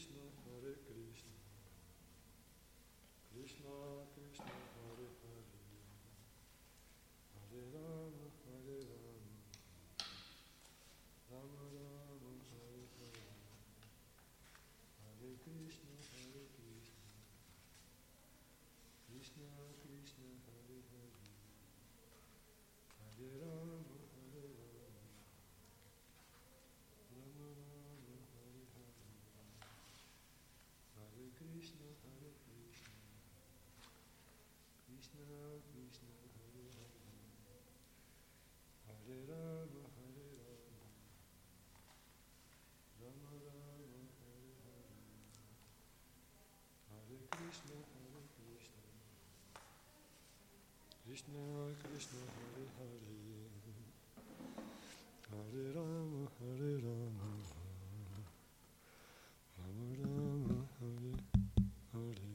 Krishna Krishna Hare Hare Hare Rama Hare Rama Rama Rama Hare Hare.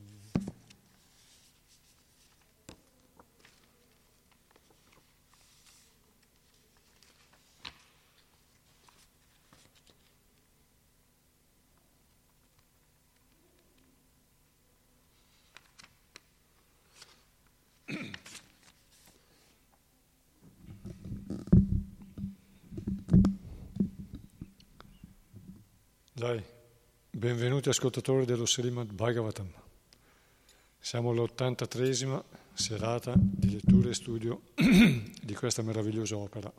Dai, benvenuti ascoltatori dello Srimad Bhagavatam. Siamo all'83esima serata di lettura e studio di questa meravigliosa opera.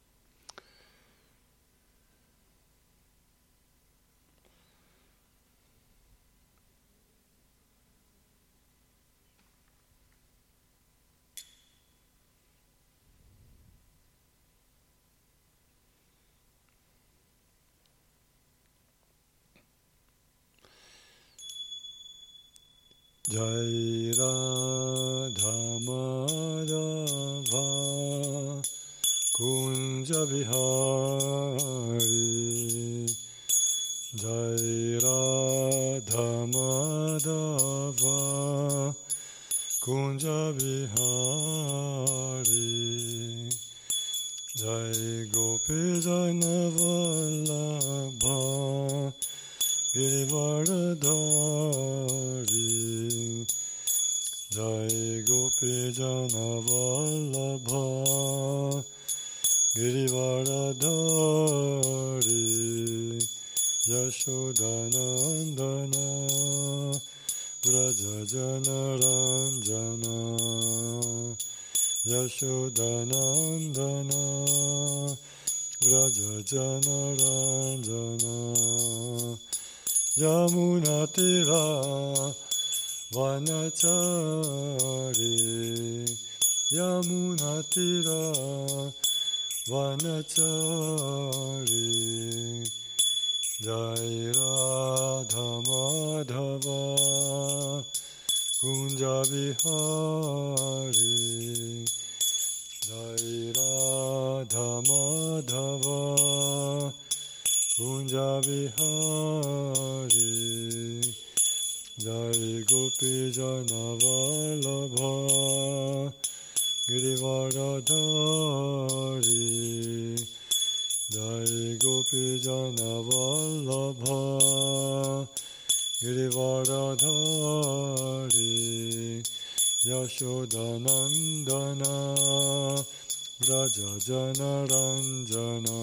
Jai Radha Madhava Kunja Bihari Jai Radha Madhava Kunja Bihari Jai Gopi Jana Vallabha Girivaradhari Jai Gopi Jana Vallabha Girivaradhari Yashodanandana Vraja Janaranjana Yashodanandana Vraja Janaranjana Yamunatira Vanachari Yamunatira Vanachari Jai Radha Madhava Kunja Bihari Jai Radha Madhava Kunja Bihari Jai Gopi Jana Vallabha Girivaradhari Jai Gopi Jana Vallabha Girivaradhari Yashodanandana Vraja Janaranjana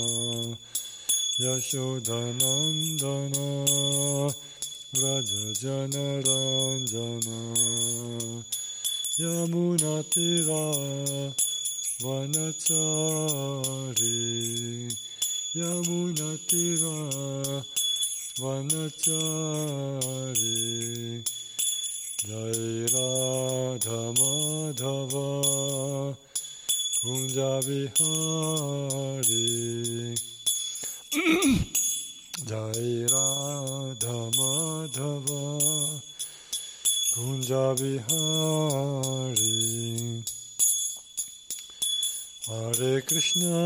Yashodanandana Vraja Janaranjana Yamunatira Vanachari Yamunatira Vanachari Jai Radha Madhava Kunja Bihari Jai Radha Madhava Kunja Bihari Hare Krishna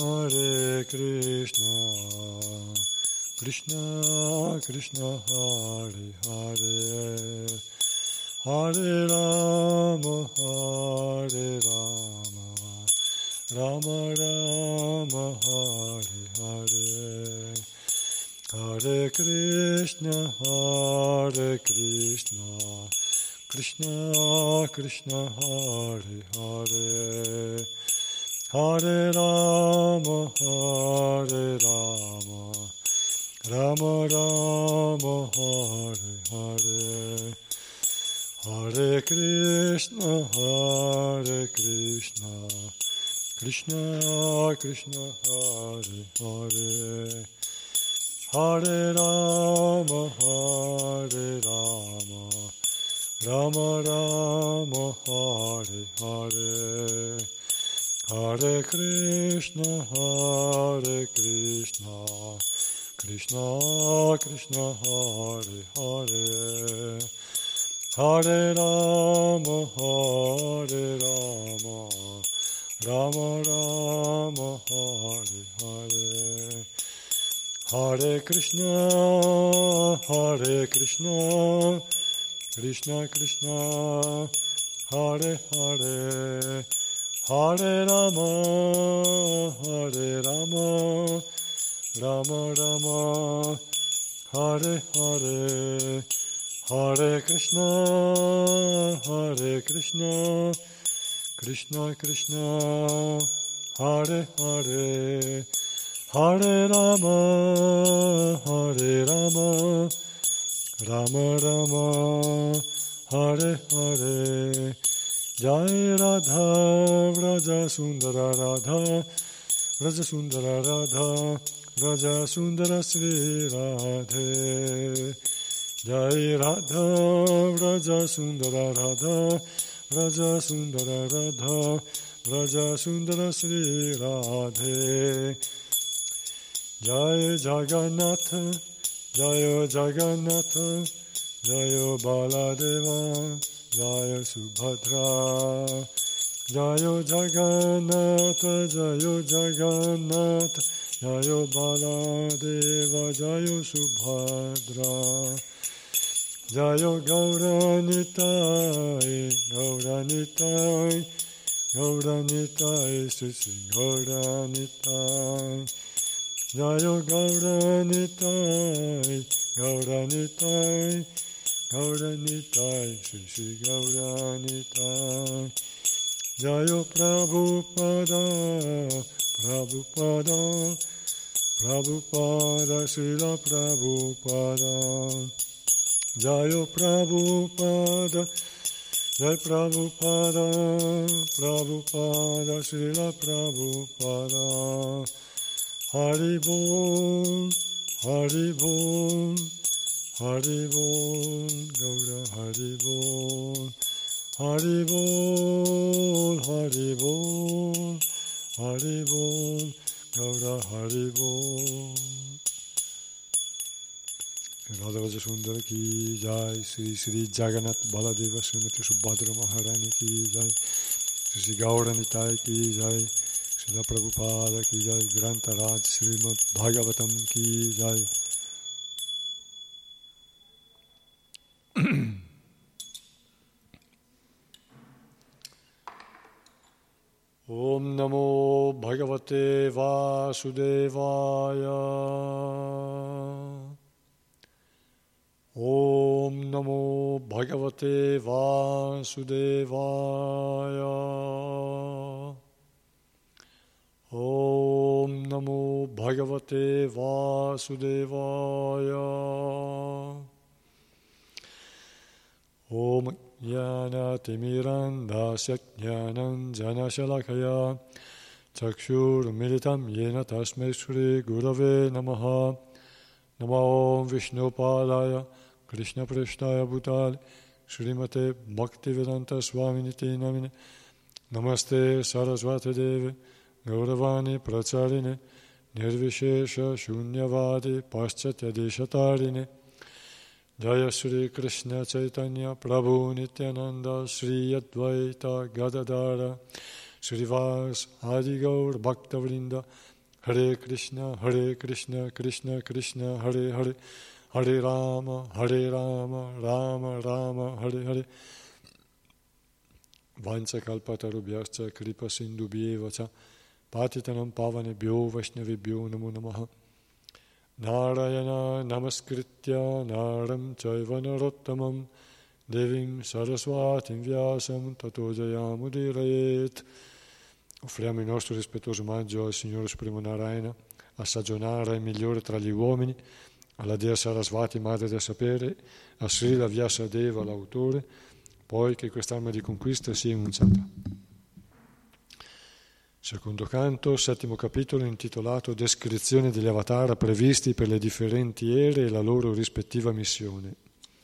Krishna Krishna Hare Hare Hare Rama Rama Rama Hare Hare Hare Krishna, Krishna Krishna, Hare Hare, Hare Rama, Rama Rama, Hare Hare, Hare Krishna, Krishna Krishna, Hare Hare, Hare Rama, Rama Rama, Hare Hare, Hare Krishna, Krishna Krishna, Hare Hare, Hare Rama, Rama Rama, Hare Hare, Hare Krishna, Krishna Krishna, Hare Hare, Hare Rama, Rama Rama, Hare Hare, Hare Krishna, Krishna Krishna, Hare Hare, Hare Rama, Rama Rama, Hare Hare, Jai Radha, Vraja Sundara Radha, Vraja Sundara Radha, Vraja Sundara Sri Radhe, Jai Radha, Vraja Sundara Radha, Vraja Sundara Radha, Vraja Sundara Sri Radhe, Jai Jagannath, Jai Jagannath, Jai Baladeva, Jai Subhadra, Jai Jagannath, Jai Jagannath, Jai Baladeva, Jai Subhadra, Jai Gauranitai, Gauranitai, Gauranitai, Sri Gauranitai, Jaya Gauranitai, Gauranitai, Gauranitai, Sri Gauranitai, Jaya Prabhupada, Prabhupada, Prabhupada, Srila Prabhupada, Jaya Prabhupada, Jai Prabhupada, Prabhupada, Srila Prabhupada, Hari Bol, Hari Bol, Hari Bol, Gaura Hari Bol, Hari Bol, Hari Bol, Hari Bol, Gaura Hari Bol. Radha Raja Sundara ki jai, Sri Sri Jagannath Baladeva Srimati Subhadra Maharani ki jai, Sri Gaura Nitai ki jai, Srila Prabhupada ki jai, Grantaraj Srimad Bhagavatam ki jai. Om Namo Bhagavate Vasudevaya. Om Namo Bhagavate Vasudevaya. Om Namo Bhagavate Vasudevaya. Om Jnana Timirandasya Jnanam Janashalakaya Chakshur Militam Yena Tasmai Shri Gurave Namaha. Namo Vishnu Padaya Krishna Prishnaya Bhutale Srimate Bhaktivedanta Swaminiti Namine Namaste Saraswati Devi Gauravani Pracharine Nirvishesha Shunyavadi Paschatya Deshatarine Jaya Sri Krishna Chaitanya Prabhu Nityananda Sri Advaita Gadadara Srivas Adi Gaur Bhaktavrinda Hare Krishna, Krishna Krishna, Hare Hare, Hare Rama, Rama Rama, Hare Hare. Vancha kalpatarubhyascha kripa sindubhyevacha patitanam pavanebhyo vaishnavibhyo namo namaha. Narayana namaskritya naram chaiva narottamam devim saraswatim vyasam tato jayamudiraet. Offriamo il nostro rispettoso omaggio al Signore Supremo Narayana, a Sajonara, il migliore tra gli uomini, alla Dea Sarasvati, madre del sapere, a Srila Vyasadeva, l'autore, poi che quest'arma di conquista sia enunciata. Secondo canto, settimo capitolo, intitolato Descrizione degli avatar previsti per le differenti ere e la loro rispettiva missione.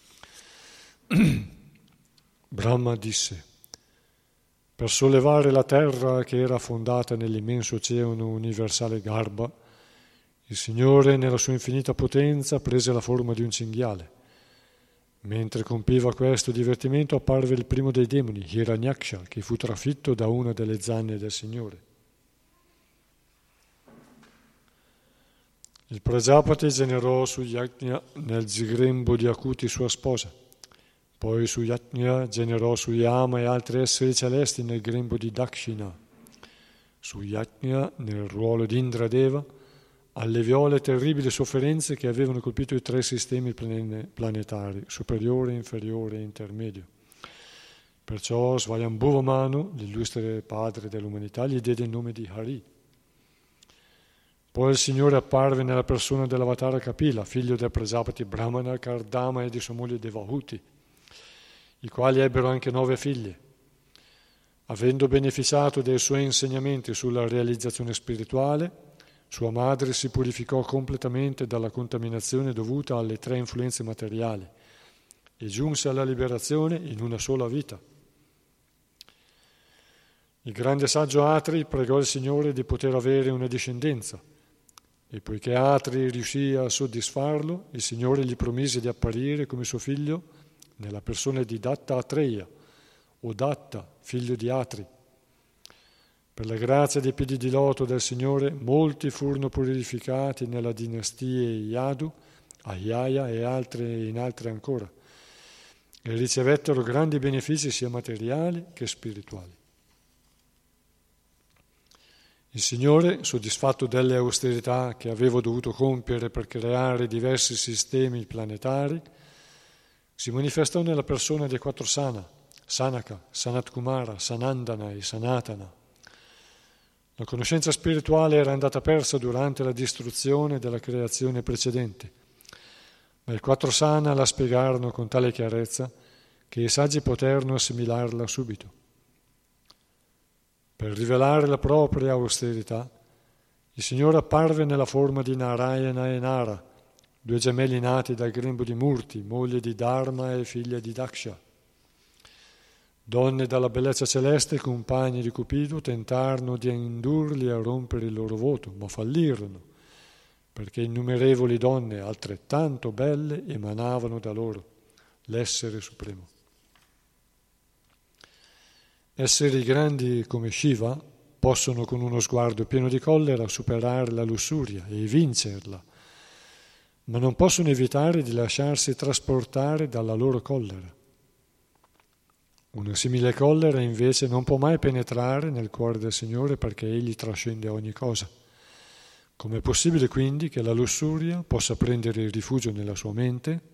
Brahma disse: per sollevare la terra che era affondata nell'immenso oceano universale Garbha, il Signore, nella sua infinita potenza, prese la forma di un cinghiale. Mentre compiva questo divertimento apparve il primo dei demoni, Hiranyaksha, che fu trafitto da una delle zanne del Signore. Il Prajapati generò su Yajna nel zigrembo di Akuti sua sposa. Poi su Yajna generò su Yama e altri esseri celesti nel grembo di Dakshina. Su Yajna, nel ruolo di Indradeva, alleviò le terribili sofferenze che avevano colpito i 3 sistemi planetari, superiore, inferiore e intermedio. Perciò Svayambhuva Manu, l'illustre padre dell'umanità, gli diede il nome di Hari. Poi il Signore apparve nella persona dell'avatara Kapila, figlio del Prajapati Brahmana Kardama e di sua moglie Devahuti, i quali ebbero anche 9 figlie. Avendo beneficiato dei suoi insegnamenti sulla realizzazione spirituale, sua madre si purificò completamente dalla contaminazione dovuta alle 3 influenze materiali e giunse alla liberazione in una sola vita. Il grande saggio Atri pregò il Signore di poter avere una discendenza e poiché Atri riuscì a soddisfarlo, il Signore gli promise di apparire come suo figlio nella persona di Datta Atreya, o Datta, figlio di Atri. Per la grazia dei piedi di loto del Signore, molti furono purificati nella dinastia Yadu, Ahyaya e in altre ancora, e ricevettero grandi benefici sia materiali che spirituali. Il Signore, soddisfatto delle austerità che avevo dovuto compiere per creare diversi sistemi planetari, si manifestò nella persona dei 4 Sana, Sanaka, Sanatkumara, Sanandana e Sanatana. La conoscenza spirituale era andata persa durante la distruzione della creazione precedente, ma i 4 Sana la spiegarono con tale chiarezza che i saggi poterono assimilarla subito. Per rivelare la propria austerità, il Signore apparve nella forma di Narayana e Nara, 2 gemelli nati dal grembo di Murti, moglie di Dharma e figlia di Daksha. Donne dalla bellezza celeste, compagni di Cupido, tentarono di indurli a rompere il loro voto, ma fallirono, perché innumerevoli donne altrettanto belle emanavano da loro l'essere supremo. Esseri grandi come Shiva possono con uno sguardo pieno di collera superare la lussuria e vincerla, ma non possono evitare di lasciarsi trasportare dalla loro collera. Una simile collera invece non può mai penetrare nel cuore del Signore perché Egli trascende ogni cosa. Com'è possibile quindi che la lussuria possa prendere rifugio nella sua mente?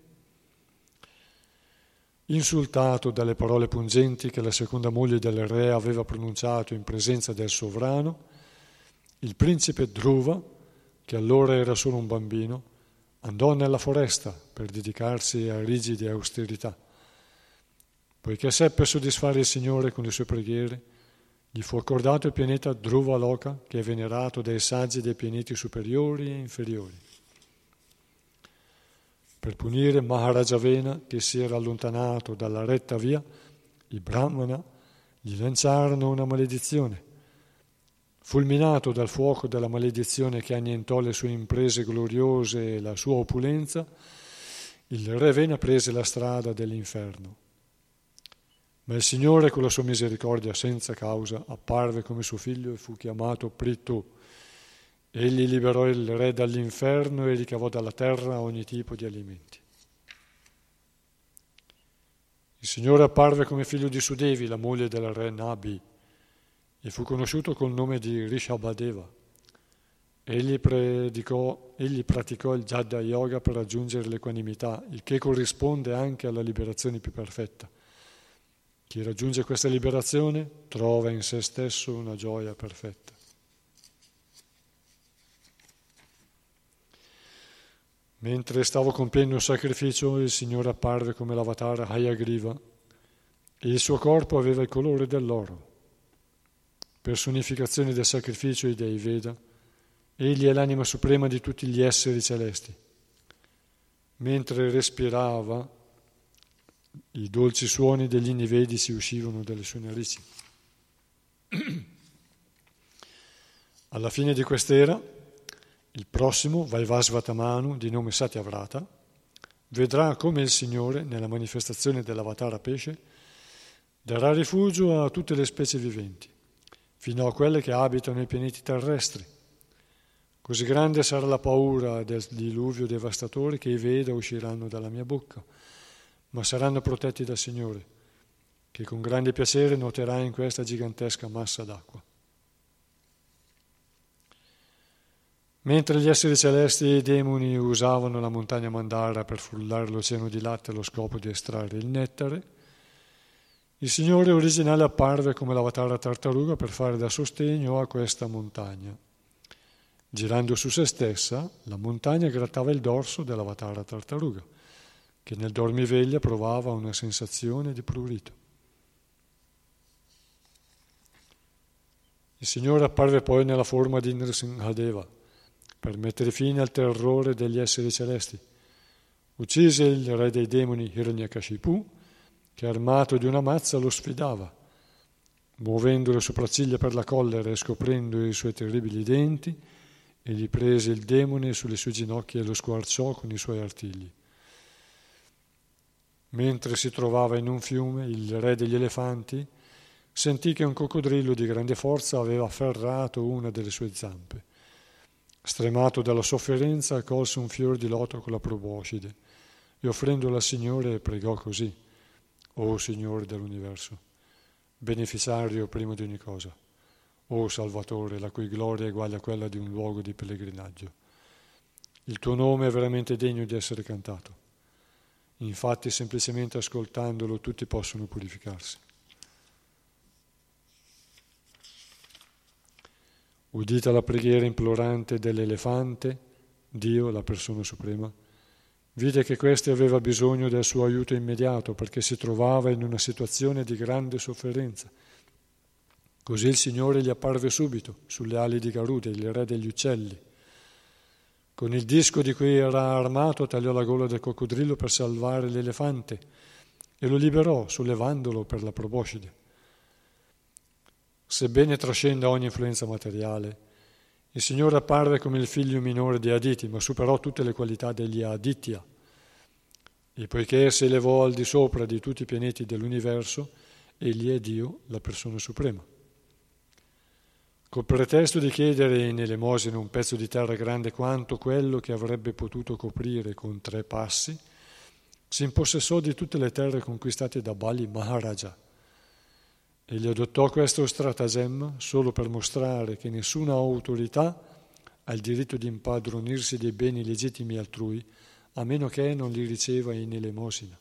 Insultato dalle parole pungenti che la seconda moglie del re aveva pronunciato in presenza del sovrano, il principe Dhruva, che allora era solo un bambino, andò nella foresta per dedicarsi a rigide austerità. Poiché seppe soddisfare il Signore con le sue preghiere, gli fu accordato il pianeta Dhruva Loka, che è venerato dai saggi dei pianeti superiori e inferiori. Per punire Maharajavena, che si era allontanato dalla retta via, i Brahmana gli lanciarono una maledizione. Fulminato dal fuoco della maledizione che annientò le sue imprese gloriose e la sua opulenza, il re Vena prese la strada dell'inferno. Ma il Signore, con la sua misericordia senza causa, apparve come suo figlio e fu chiamato Prithu. Egli liberò il re dall'inferno e ricavò dalla terra ogni tipo di alimenti. Il Signore apparve come figlio di Sudevi, la moglie del re Nabi, e fu conosciuto col nome di Rishabhadeva. Egli praticò il Jhana Yoga per raggiungere l'equanimità, il che corrisponde anche alla liberazione più perfetta. Chi raggiunge questa liberazione trova in se stesso una gioia perfetta. Mentre stavo compiendo un sacrificio, il Signore apparve come l'avatara Hayagriva e il suo corpo aveva il colore dell'oro. Personificazione del sacrificio e dei Veda, egli è l'anima suprema di tutti gli esseri celesti. Mentre respirava, i dolci suoni degli inni vedici uscivano dalle sue narici. Alla fine di quest'era, il prossimo, Vaivasvatamanu, di nome Satyavrata, vedrà come il Signore, nella manifestazione dell'avatara pesce, darà rifugio a tutte le specie viventi, fino a quelle che abitano i pianeti terrestri. Così grande sarà la paura del diluvio devastatore che i Veda usciranno dalla mia bocca, ma saranno protetti dal Signore, che con grande piacere nuoterà in questa gigantesca massa d'acqua. Mentre gli esseri celesti e i demoni usavano la montagna Mandara per frullare l'oceano di latte allo scopo di estrarre il nettare, il Signore originale apparve come l'avatara tartaruga per fare da sostegno a questa montagna. Girando su se stessa, la montagna grattava il dorso dell'avatara tartaruga, che nel dormiveglia provava una sensazione di prurito. Il Signore apparve poi nella forma di Nrsimhadeva, per mettere fine al terrore degli esseri celesti. Uccise il re dei demoni Hiranyakashipu, che armato di una mazza lo sfidava, muovendo le sopracciglia per la collera e scoprendo i suoi terribili denti, e gli prese il demone sulle sue ginocchia e lo squarciò con i suoi artigli. Mentre si trovava in un fiume, il re degli elefanti sentì che un coccodrillo di grande forza aveva afferrato una delle sue zampe. Stremato dalla sofferenza, colse un fior di loto con la proboscide e offrendolo al Signore pregò così: «O Signore dell'universo, beneficiario prima di ogni cosa, o Salvatore, la cui gloria è uguale a quella di un luogo di pellegrinaggio, il tuo nome è veramente degno di essere cantato. Infatti, semplicemente ascoltandolo tutti possono purificarsi». Udita la preghiera implorante dell'elefante, Dio, la persona suprema, vide che questi aveva bisogno del suo aiuto immediato perché si trovava in una situazione di grande sofferenza. Così il Signore gli apparve subito sulle ali di Garuda, il re degli uccelli. Con il disco di cui era armato tagliò la gola del coccodrillo per salvare l'elefante e lo liberò sollevandolo per la proboscide. Sebbene trascenda ogni influenza materiale, il Signore apparve come il figlio minore di Aditi, ma superò tutte le qualità degli Aditya. E poiché si elevò al di sopra di tutti i pianeti dell'universo, egli è Dio, la persona suprema. Col pretesto di chiedere in elemosina un pezzo di terra grande quanto quello che avrebbe potuto coprire con 3 passi, si impossessò di tutte le terre conquistate da Bali Maharaja. Egli adottò questo stratagemma solo per mostrare che nessuna autorità ha il diritto di impadronirsi dei beni legittimi altrui, a meno che non li riceva in elemosina.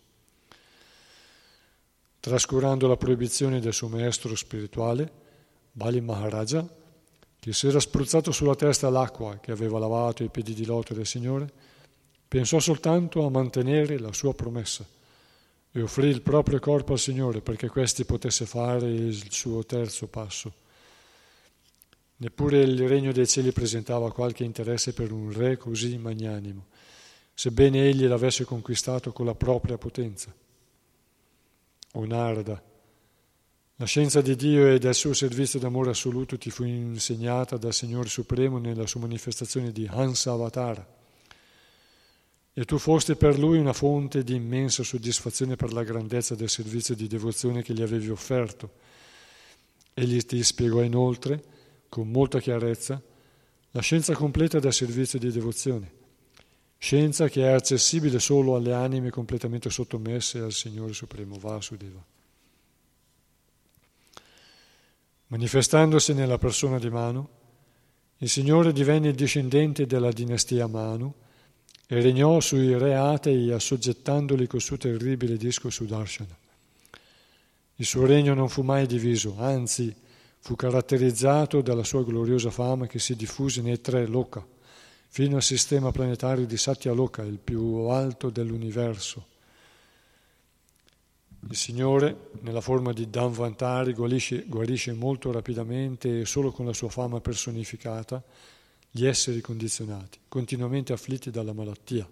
Trascurando la proibizione del suo maestro spirituale, Bali Maharaja, che si era spruzzato sulla testa l'acqua che aveva lavato i piedi di loto del Signore, pensò soltanto a mantenere la sua promessa e offrì il proprio corpo al Signore perché questi potesse fare il suo terzo passo. Neppure il regno dei cieli presentava qualche interesse per un re così magnanimo, sebbene egli l'avesse conquistato con la propria potenza. O Narada, la scienza di Dio e del suo servizio d'amore assoluto ti fu insegnata dal Signore Supremo nella sua manifestazione di Hansa Avatara, e tu fosti per lui una fonte di immensa soddisfazione per la grandezza del servizio di devozione che gli avevi offerto. Egli ti spiegò inoltre, con molta chiarezza, la scienza completa del servizio di devozione, scienza che è accessibile solo alle anime completamente sottomesse al Signore Supremo, Vasudeva. Manifestandosi nella persona di Manu, Il Signore divenne discendente della dinastia Manu e regnò sui re atei assoggettandoli col suo terribile disco Sudarshana. Il suo regno non fu mai diviso, anzi fu caratterizzato dalla sua gloriosa fama che si diffuse nei 3 loka, fino al sistema planetario di Satyaloka, il più alto dell'universo. Il Signore, nella forma di Dhanvantari, guarisce molto rapidamente e solo con la sua fama personificata gli esseri condizionati, continuamente afflitti dalla malattia.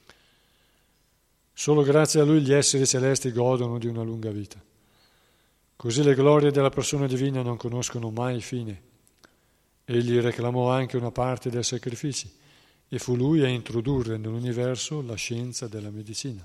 Solo grazie a Lui gli esseri celesti godono di una lunga vita. Così le glorie della persona divina non conoscono mai fine. Egli reclamò anche una parte dei sacrifici e fu Lui a introdurre nell'universo la scienza della medicina.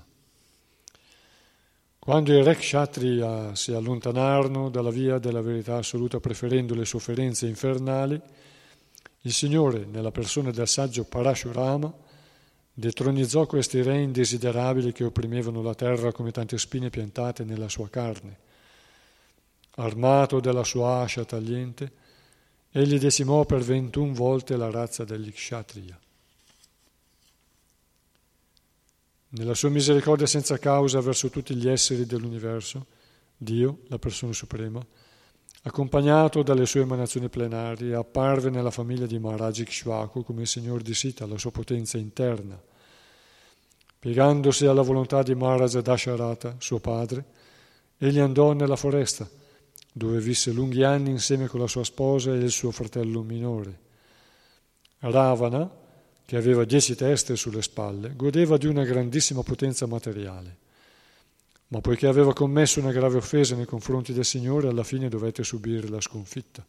Quando i re kshatriya si allontanarono dalla via della verità assoluta preferendo le sofferenze infernali, il Signore, nella persona del saggio Parashurama, detronizzò questi re indesiderabili che opprimevano la terra come tante spine piantate nella sua carne. Armato della sua ascia tagliente, egli decimò per 21 volte la razza degli kshatriya. Nella sua misericordia senza causa verso tutti gli esseri dell'universo, Dio, la persona suprema, accompagnato dalle sue emanazioni plenarie, apparve nella famiglia di Maharaj Ikshvaku come il Signor di Sita, la sua potenza interna. Piegandosi alla volontà di Maharaj Dasharatha, suo padre, egli andò nella foresta, dove visse lunghi anni insieme con la sua sposa e il suo fratello minore. Ravana, che aveva 10 teste sulle spalle, godeva di una grandissima potenza materiale. Ma poiché aveva commesso una grave offesa nei confronti del Signore, alla fine dovette subire la sconfitta.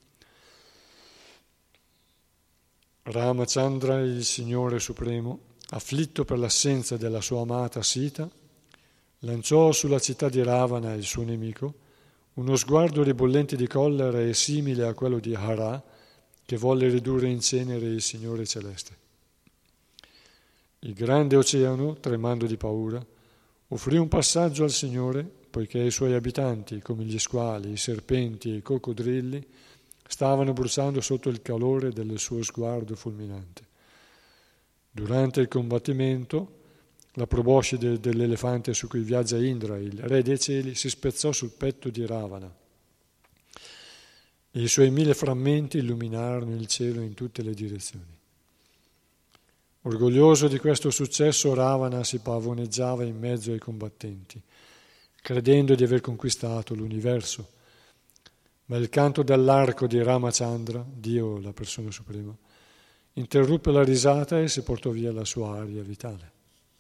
Ramachandra, il Signore Supremo, afflitto per l'assenza della sua amata Sita, lanciò sulla città di Ravana, il suo nemico, uno sguardo ribollente di collera e simile a quello di Hara, che volle ridurre in cenere il Signore Celeste. Il grande oceano, tremando di paura, offrì un passaggio al Signore, poiché i suoi abitanti, come gli squali, i serpenti e i coccodrilli, stavano bruciando sotto il calore del suo sguardo fulminante. Durante il combattimento, la proboscide dell'elefante su cui viaggia Indra, il re dei cieli, si spezzò sul petto di Ravana e i suoi 1000 frammenti illuminarono il cielo in tutte le direzioni. Orgoglioso di questo successo, Ravana si pavoneggiava in mezzo ai combattenti, credendo di aver conquistato l'universo. Ma il canto dell'arco di Ramachandra, Dio, la persona suprema, interruppe la risata e si portò via la sua aria vitale.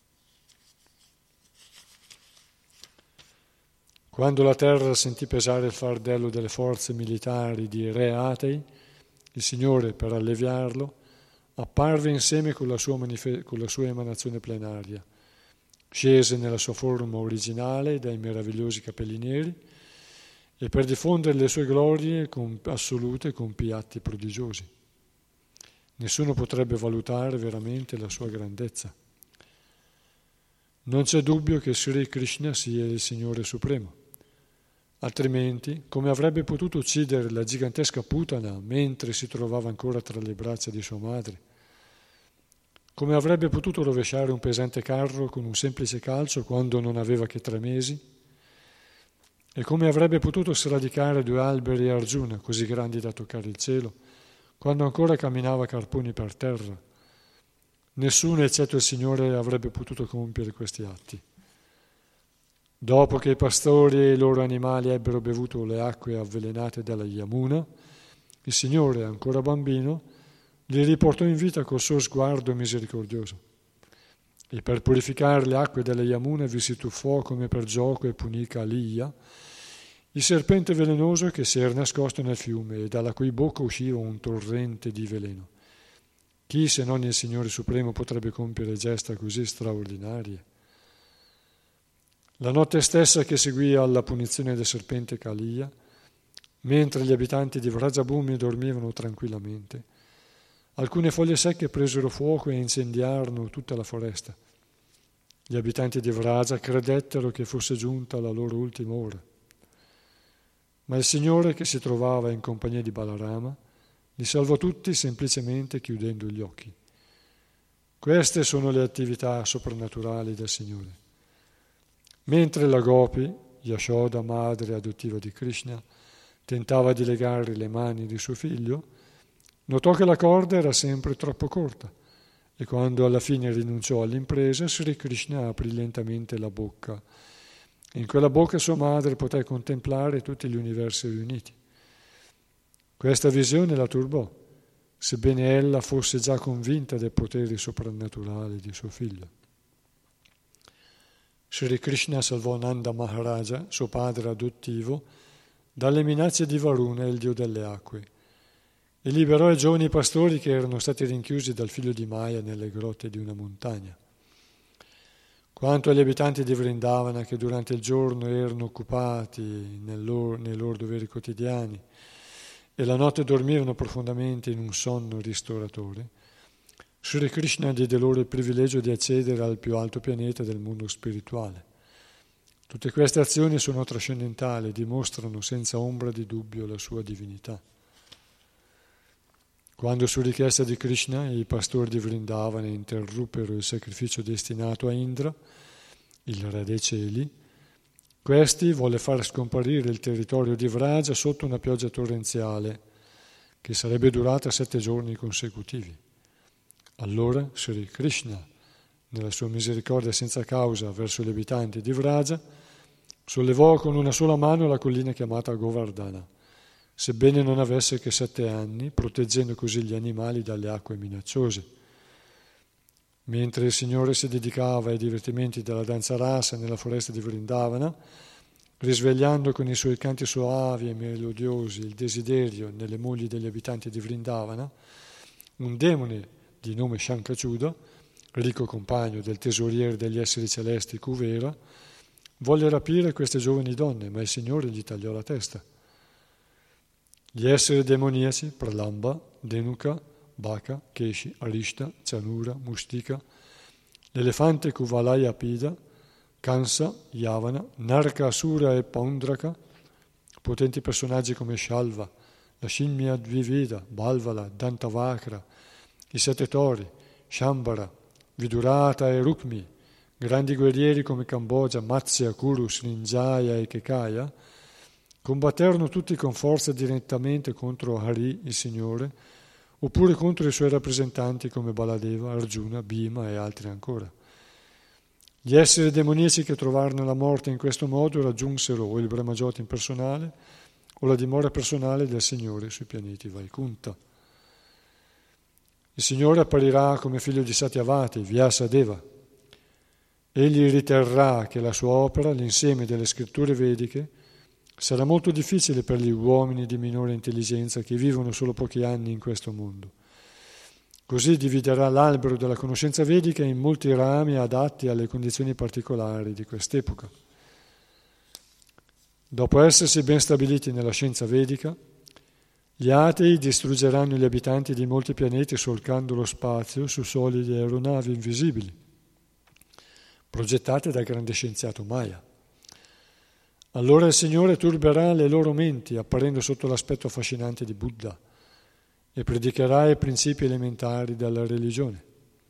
Quando la terra sentì pesare il fardello delle forze militari di re atei, il Signore, per alleviarlo, apparve insieme con la sua emanazione plenaria, scese nella sua forma originale dai meravigliosi capelli neri e per diffondere le sue glorie assolute compì atti prodigiosi. Nessuno potrebbe valutare veramente la sua grandezza. Non c'è dubbio che Sri Krishna sia il Signore Supremo. Altrimenti, come avrebbe potuto uccidere la gigantesca Putana mentre si trovava ancora tra le braccia di sua madre? Come avrebbe potuto rovesciare un pesante carro con un semplice calcio quando non aveva che 3 mesi? E come avrebbe potuto sradicare 2 alberi Arjuna così grandi da toccare il cielo, quando ancora camminava a carponi per terra? Nessuno, eccetto il Signore, avrebbe potuto compiere questi atti. Dopo che i pastori e i loro animali ebbero bevuto le acque avvelenate dalla Yamuna, il Signore, ancora bambino, li riportò in vita col suo sguardo misericordioso. E per purificare le acque della Yamuna vi si tuffò come per gioco e punì Kaliya, il serpente velenoso che si era nascosto nel fiume e dalla cui bocca usciva un torrente di veleno. Chi se non il Signore Supremo potrebbe compiere gesta così straordinarie? La notte stessa che seguì alla punizione del serpente Kaliya, mentre gli abitanti di Vrajabhumi dormivano tranquillamente, alcune foglie secche presero fuoco e incendiarono tutta la foresta. Gli abitanti di Vraja credettero che fosse giunta la loro ultima ora. Ma il Signore, che si trovava in compagnia di Balarama, Li salvò tutti semplicemente chiudendo gli occhi. Queste sono le attività soprannaturali del Signore. Mentre la Gopi, Yashoda, madre adottiva di Krishna, tentava di legare le mani di suo figlio, notò che la corda era sempre troppo corta e quando alla fine rinunciò all'impresa, Sri Krishna aprì lentamente la bocca. In quella bocca sua madre poté contemplare tutti gli universi riuniti. Questa visione la turbò, sebbene ella fosse già convinta dei poteri soprannaturali di suo figlio. Sri Krishna salvò Nanda Maharaja, suo padre adottivo, dalle minacce di Varuna, il dio delle acque, e liberò i giovani pastori che erano stati rinchiusi dal figlio di Maya nelle grotte di una montagna. Quanto agli abitanti di Vrindavana che durante il giorno erano occupati nei loro doveri quotidiani e la notte dormivano profondamente in un sonno ristoratore, Sri Krishna diede loro il privilegio di accedere al più alto pianeta del mondo spirituale. Tutte queste azioni sono trascendentali e dimostrano senza ombra di dubbio la sua divinità. Quando su richiesta di Krishna i pastori di Vrindavana interruppero il sacrificio destinato a Indra, il re dei cieli, questi volle far scomparire il territorio di Vraja sotto una pioggia torrenziale che sarebbe durata 7 giorni consecutivi. Allora Sri Krishna, nella sua misericordia senza causa verso gli abitanti di Vraja, sollevò con una sola mano la collina chiamata Govardhana, sebbene non avesse che 7 anni, proteggendo così gli animali dalle acque minacciose. Mentre il Signore si dedicava ai divertimenti della danza rasa nella foresta di Vrindavana, risvegliando con i suoi canti soavi e melodiosi il desiderio nelle mogli degli abitanti di Vrindavana, un demone di nome Shankachuda, ricco compagno del tesoriere degli esseri celesti Kuvera, volle rapire queste giovani donne, ma il Signore gli tagliò la testa. Gli esseri demoniaci, Pralamba, Denuka, Baka, Keshi, Arishta, Chanura, Mustika, l'elefante Kuvalaya Pida, Kansa, Yavana, Narkasura e Paundraka, potenti personaggi come Shalva, la scimmia Dvivida, Balvala, Dantavakra, i 7 tori, Shambhara, Vidurata e Rukmi, grandi guerrieri come Cambogia, Matsya, Kuru, Srinjaya e Kekaya, combatterono tutti con forza direttamente contro Hari, il Signore, oppure contro i suoi rappresentanti come Baladeva, Arjuna, Bhima e altri ancora. Gli esseri demoniaci che trovarono la morte in questo modo raggiunsero o il Brahmajoti impersonale o la dimora personale del Signore sui pianeti Vaikunta. Il Signore apparirà come figlio di Satyavati, Vyasadeva. Egli riterrà che la sua opera, l'insieme delle scritture vediche, sarà molto difficile per gli uomini di minore intelligenza che vivono solo pochi anni in questo mondo. Così dividerà l'albero della conoscenza vedica in molti rami adatti alle condizioni particolari di quest'epoca. Dopo essersi ben stabiliti nella scienza vedica, gli atei distruggeranno gli abitanti di molti pianeti solcando lo spazio su solide aeronavi invisibili, progettate dal grande scienziato Maya. Allora il Signore turberà le loro menti, apparendo sotto l'aspetto affascinante di Buddha, e predicherà i principi elementari della religione.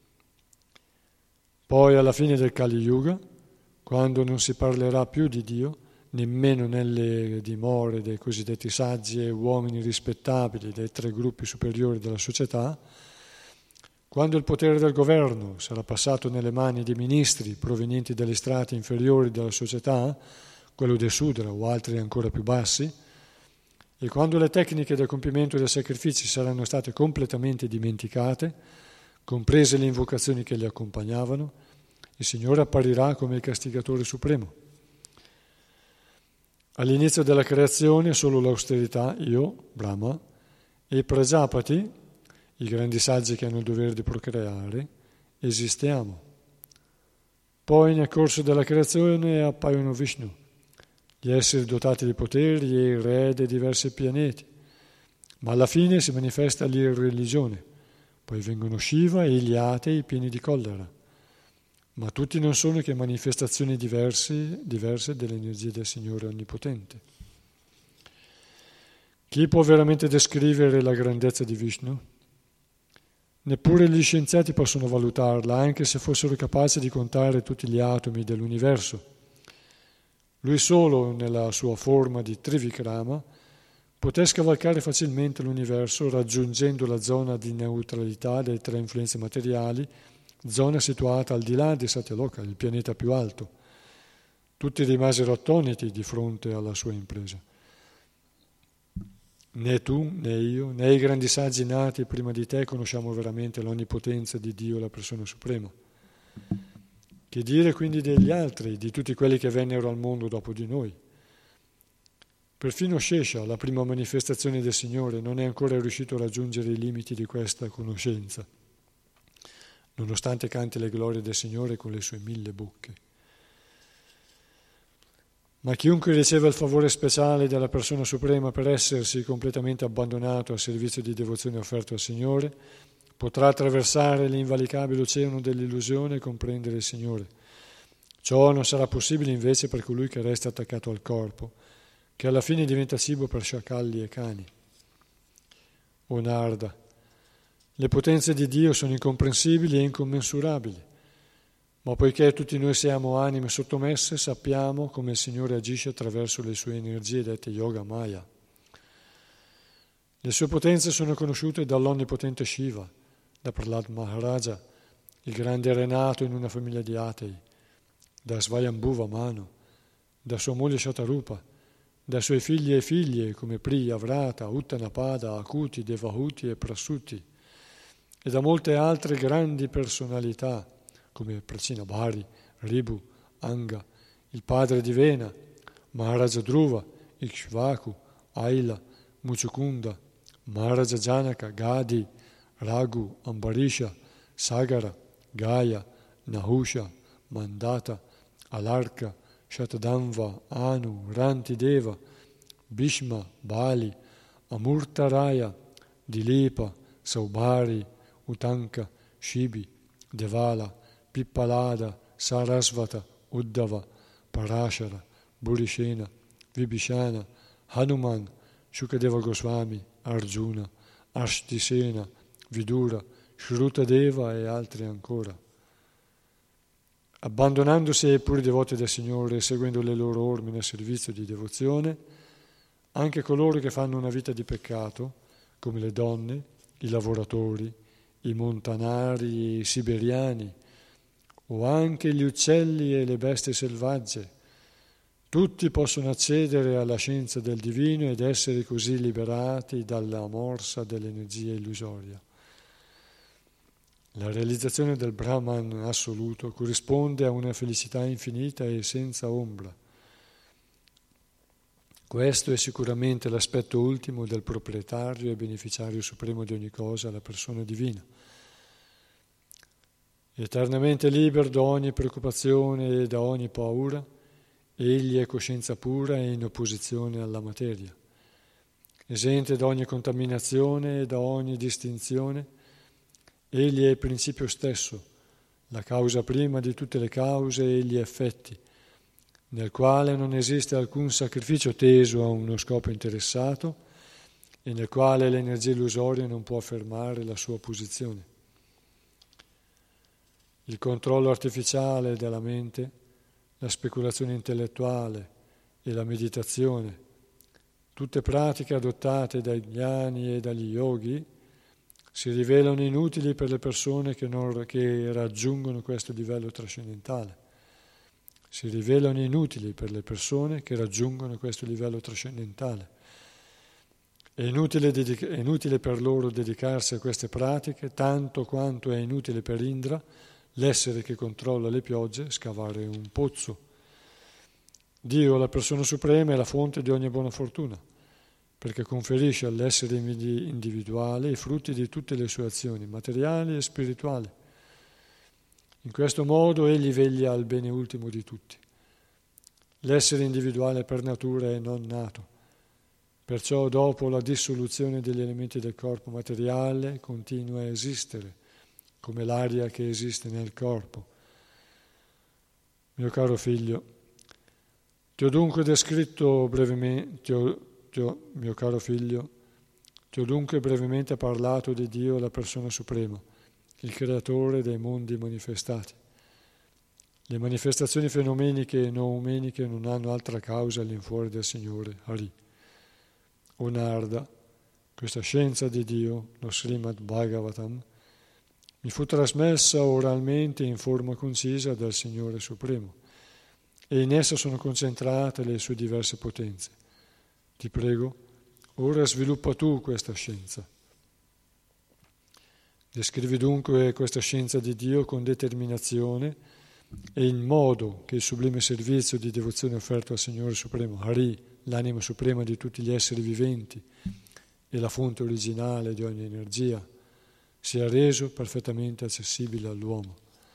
Poi, alla fine del Kali Yuga, quando non si parlerà più di Dio, nemmeno nelle dimore dei cosiddetti saggi e uomini rispettabili dei 3 gruppi superiori della società, quando il potere del governo sarà passato nelle mani di ministri provenienti dagli strati inferiori della società, quello dei Sudra o altri ancora più bassi, e quando le tecniche del compimento dei sacrifici saranno state completamente dimenticate, comprese le invocazioni che li accompagnavano, il Signore apparirà come il castigatore supremo. All'inizio della creazione solo l'austerità, io, Brahma, e i Prajapati, i grandi saggi che hanno il dovere di procreare, esistiamo. Poi nel corso della creazione appaiono Vishnu, gli esseri dotati di poteri e i re dei diversi pianeti, ma alla fine si manifesta l'irreligione, poi vengono Shiva e gli atei pieni di collera, ma tutti non sono che manifestazioni diverse delle energie del Signore Onnipotente. Chi può veramente descrivere la grandezza di Vishnu? Neppure gli scienziati possono valutarla, anche se fossero capaci di contare tutti gli atomi dell'universo. Lui solo, nella sua forma di Trivikrama, poté scavalcare facilmente l'universo raggiungendo la zona di neutralità delle tre influenze materiali, zona situata al di là di Satyaloka, il pianeta più alto. Tutti rimasero attoniti di fronte alla sua impresa. Né tu, né io, né i grandi saggi nati prima di te conosciamo veramente l'onnipotenza di Dio, la persona suprema. Che dire quindi degli altri, di tutti quelli che vennero al mondo dopo di noi? Perfino Shesha, la prima manifestazione del Signore, non è ancora riuscito a raggiungere i limiti di questa conoscenza, nonostante canti le glorie del Signore con le sue 1000 bocche. Ma chiunque riceva il favore speciale della persona suprema per essersi completamente abbandonato al servizio di devozione offerto al Signore, potrà attraversare l'invalicabile oceano dell'illusione e comprendere il Signore. Ciò non sarà possibile invece per colui che resta attaccato al corpo, che alla fine diventa cibo per sciacalli e cani. O Narda, le potenze di Dio sono incomprensibili e incommensurabili, ma poiché tutti noi siamo anime sottomesse, sappiamo come il Signore agisce attraverso le sue energie dette Yoga Maya. Le sue potenze sono conosciute dall'onnipotente Shiva, da Prahlad Maharaja, il grande re nato in una famiglia di atei, da Svayambhuva Manu, da sua moglie Shatarupa, dai suoi figli e figlie come Priya, Vrata, Uttanapada, Akuti, Devahuti e Prasuti, e da molte altre grandi personalità come Pracina Bhari, Ribu, Anga, il padre di Vena, Maharaja Dhruva, Ikshvaku, Aila, Muchukunda, Maharaja Janaka, Gadi, Raghu, Ambarisha, Sagara, Gaya, Nahusha, Mandata, Alarka, Shatadamva, Anu, Rantideva, Bhishma, Bali, Amurtaraya, Dilipa, Saubhari, Utanka, Shibi, Devala, Pippalada, Sarasvata, Uddhava, Parashara, Burishena, Vibhishana, Hanuman, Shukadeva Goswami, Arjuna, Ashtisena, Vidura, Shrutadeva e altri ancora. Abbandonandosi ai puri devoti del Signore e seguendo le loro orme nel servizio di devozione, anche coloro che fanno una vita di peccato, come le donne, i lavoratori, i montanari e i siberiani, o anche gli uccelli e le bestie selvagge, tutti possono accedere alla scienza del divino ed essere così liberati dalla morsa dell'energia illusoria. La realizzazione del Brahman assoluto corrisponde a una felicità infinita e senza ombra. Questo è sicuramente l'aspetto ultimo del proprietario e beneficiario supremo di ogni cosa, la persona divina. Eternamente libero da ogni preoccupazione e da ogni paura, egli è coscienza pura e in opposizione alla materia. Esente da ogni contaminazione e da ogni distinzione, egli è il principio stesso, la causa prima di tutte le cause e gli effetti, nel quale non esiste alcun sacrificio teso a uno scopo interessato e nel quale l'energia illusoria non può affermare la sua posizione. Il controllo artificiale della mente, la speculazione intellettuale e la meditazione, tutte pratiche adottate dai jnani e dagli yogi, si rivelano inutili per le persone che raggiungono questo livello trascendentale. Si rivelano inutili per le persone che raggiungono questo livello trascendentale. È inutile per loro dedicarsi a queste pratiche, tanto quanto è inutile per Indra, l'essere che controlla le piogge, scavare un pozzo. Dio, la persona suprema, è la fonte di ogni buona fortuna, perché conferisce all'essere individuale i frutti di tutte le sue azioni, materiali e spirituali. In questo modo egli veglia al bene ultimo di tutti. L'essere individuale per natura è non nato, perciò dopo la dissoluzione degli elementi del corpo materiale continua a esistere, come l'aria che esiste nel corpo. Mio caro figlio, ti ho dunque descritto brevemente mio caro figlio, ti ho dunque brevemente parlato di Dio, la persona suprema, il creatore dei mondi manifestati. Le manifestazioni fenomeniche e noumeniche non hanno altra causa all'infuori del Signore, Hari. O Narada, questa scienza di Dio, lo Srimad Bhagavatam, mi fu trasmessa oralmente in forma concisa dal Signore Supremo e in essa sono concentrate le sue diverse potenze. Ti prego, ora sviluppa tu questa scienza. Descrivi dunque questa scienza di Dio con determinazione e in modo che il sublime servizio di devozione offerto al Signore Supremo, Hari, l'anima suprema di tutti gli esseri viventi e la fonte originale di ogni energia, sia reso perfettamente accessibile all'uomo.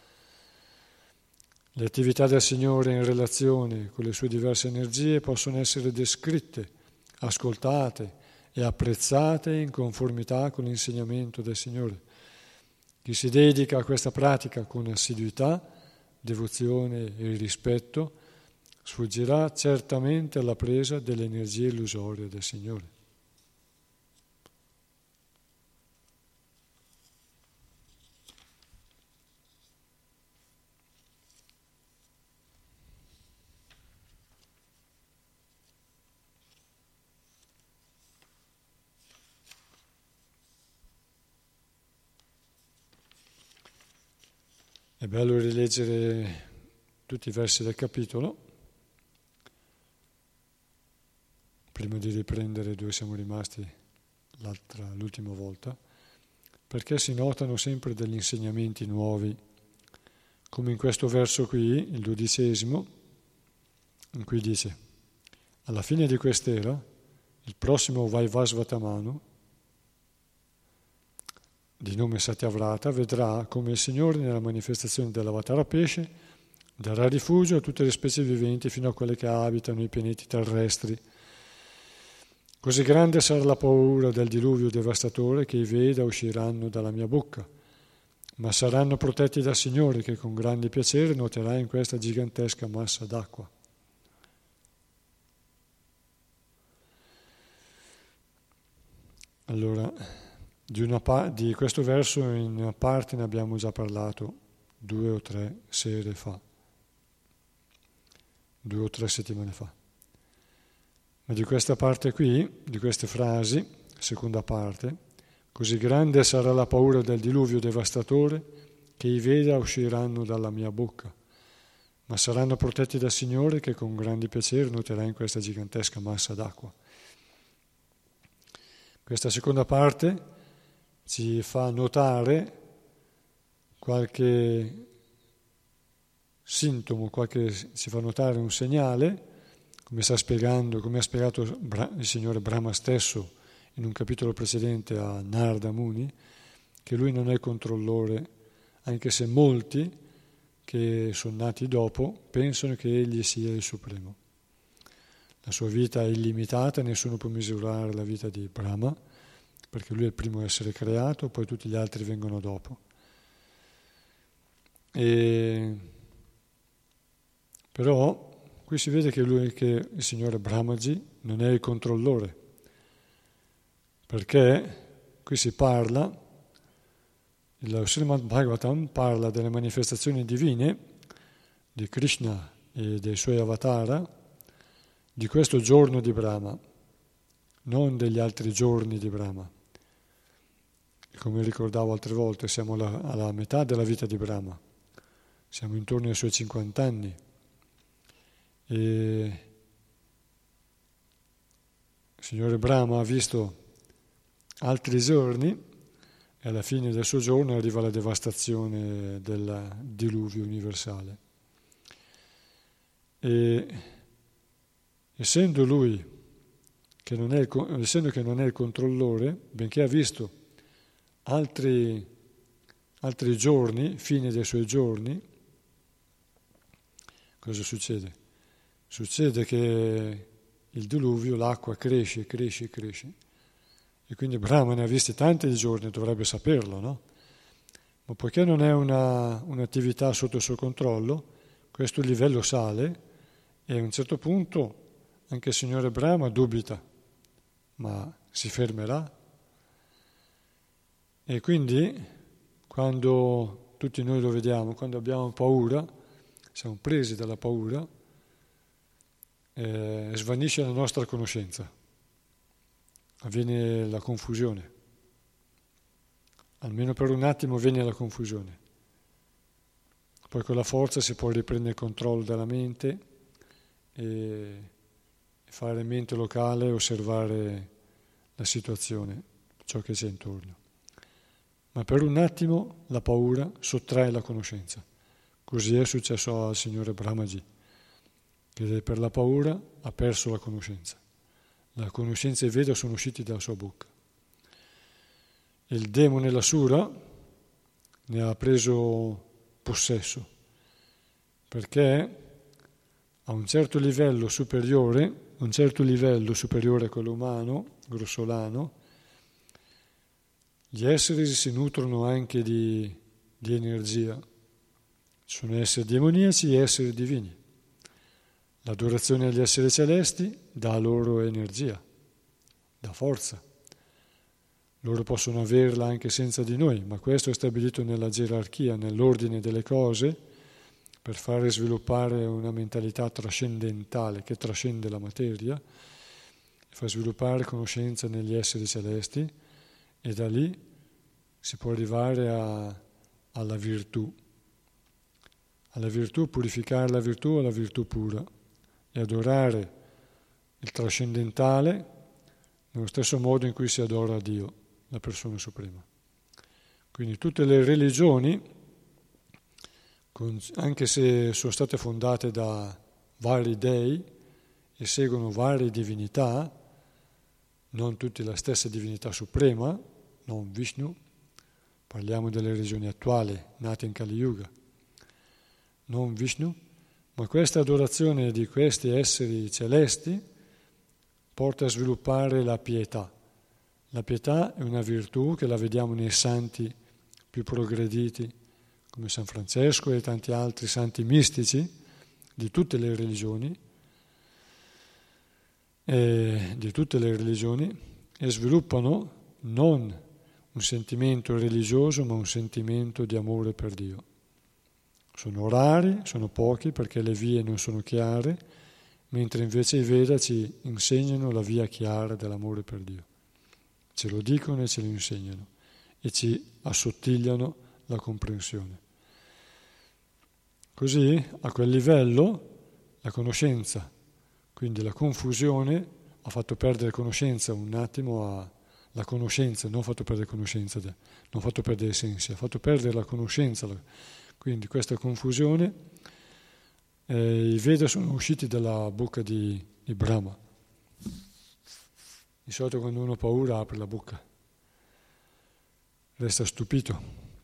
Le attività del Signore in relazione con le sue diverse energie possono essere descritte, ascoltate e apprezzate in conformità con l'insegnamento del Signore. Chi si dedica a questa pratica con assiduità, devozione e rispetto, sfuggirà certamente alla presa delle energie illusorie del Signore. È bello rileggere tutti i versi del capitolo, prima di riprendere dove siamo rimasti l'ultima volta, perché si notano sempre degli insegnamenti nuovi, come in questo verso qui, il 12°, in cui dice: alla fine di quest'era, il prossimo Vaivasvatamanu, di nome Satyavrata, vedrà come il Signore nella manifestazione dell'Avatara pesce darà rifugio a tutte le specie viventi fino a quelle che abitano i pianeti terrestri. Così grande sarà la paura del diluvio devastatore che i Veda usciranno dalla mia bocca, ma saranno protetti dal Signore che con grande piacere nuoterà in questa gigantesca massa d'acqua. Allora, di questo verso in una parte ne abbiamo già parlato 2 o 3 sere fa, 2 o 3 settimane fa. Ma di questa parte qui, di queste frasi, seconda parte, così grande sarà la paura del diluvio devastatore che i Veda usciranno dalla mia bocca, ma saranno protetti dal Signore che con grande piacere nuoterà in questa gigantesca massa d'acqua. Questa seconda parte ci fa notare qualche sintomo, ci fa notare un segnale, come ha spiegato il Signore Brahma stesso in un capitolo precedente a Narada Muni, che lui non è il controllore, anche se molti che sono nati dopo pensano che egli sia il Supremo. La sua vita è illimitata, nessuno può misurare la vita di Brahma, perché lui è il primo a essere creato, poi tutti gli altri vengono dopo. Però qui si vede che il Signore Brahmaji non è il controllore, perché qui si parla, il Srimad Bhagavatam parla delle manifestazioni divine di Krishna e dei suoi avatara di questo giorno di Brahma, non degli altri giorni di Brahma. Come ricordavo altre volte, siamo alla metà della vita di Brahma, siamo intorno ai suoi 50 anni e il Signore Brahma ha visto altri giorni e alla fine del suo giorno arriva la devastazione del diluvio universale. E essendo lui che non è il controllore, benché ha visto altri giorni, fine dei suoi giorni, cosa succede? Succede che il diluvio, l'acqua cresce e quindi Brahma ne ha visti tanti di giorni, dovrebbe saperlo, no? Ma poiché non è un'attività sotto il suo controllo, questo livello sale e a un certo punto anche il Signore Brahma dubita ma si fermerà. E quindi, quando tutti noi lo vediamo, quando abbiamo paura, siamo presi dalla paura, svanisce la nostra conoscenza, avviene la confusione. Almeno per un attimo viene la confusione. Poi con la forza si può riprendere il controllo della mente e fare mente locale, osservare la situazione, ciò che c'è intorno. Ma per un attimo la paura sottrae la conoscenza. Così è successo al signore Brahmaji, che per la paura ha perso la conoscenza. La conoscenza e i Veda sono usciti dalla sua bocca. Il demone, l'asura, ne ha preso possesso, perché a un certo livello superiore a quello umano, grossolano, gli esseri si nutrono anche di energia. Ci sono esseri demoniaci e esseri divini. L'adorazione agli esseri celesti dà loro energia, dà forza. Loro possono averla anche senza di noi, ma questo è stabilito nella gerarchia, nell'ordine delle cose, per fare sviluppare una mentalità trascendentale che trascende la materia, fa sviluppare conoscenza negli esseri celesti e da lì si può arrivare alla virtù. Alla virtù, purificare la virtù alla virtù pura e adorare il trascendentale nello stesso modo in cui si adora Dio, la persona suprema. Quindi tutte le religioni, anche se sono state fondate da vari dei e seguono varie divinità, non tutte la stessa divinità suprema, non Vishnu, parliamo delle religioni attuali, nate in Kali Yuga, non Vishnu, ma questa adorazione di questi esseri celesti porta a sviluppare la pietà. La pietà è una virtù che la vediamo nei santi più progrediti, come San Francesco e tanti altri santi mistici di tutte le religioni, e sviluppano non un sentimento religioso, ma un sentimento di amore per Dio. Sono rari, sono pochi perché le vie non sono chiare, mentre invece i Veda ci insegnano la via chiara dell'amore per Dio. Ce lo dicono e ce lo insegnano e ci assottigliano la comprensione. Così, a quel livello, la conoscenza, quindi la confusione, ha fatto perdere conoscenza un attimo la conoscenza, non ha fatto perdere conoscenza, non ha fatto perdere i sensi, ha fatto perdere la conoscenza. Quindi questa confusione, i Veda sono usciti dalla bocca di Brahma. Di solito quando uno ha paura apre la bocca, resta stupito.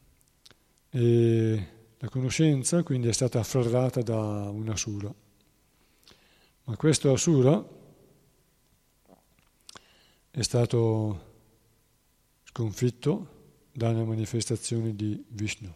E la conoscenza quindi è stata afferrata da un asura. Ma questo asura è stato sconfitto da una manifestazione di Vishnu.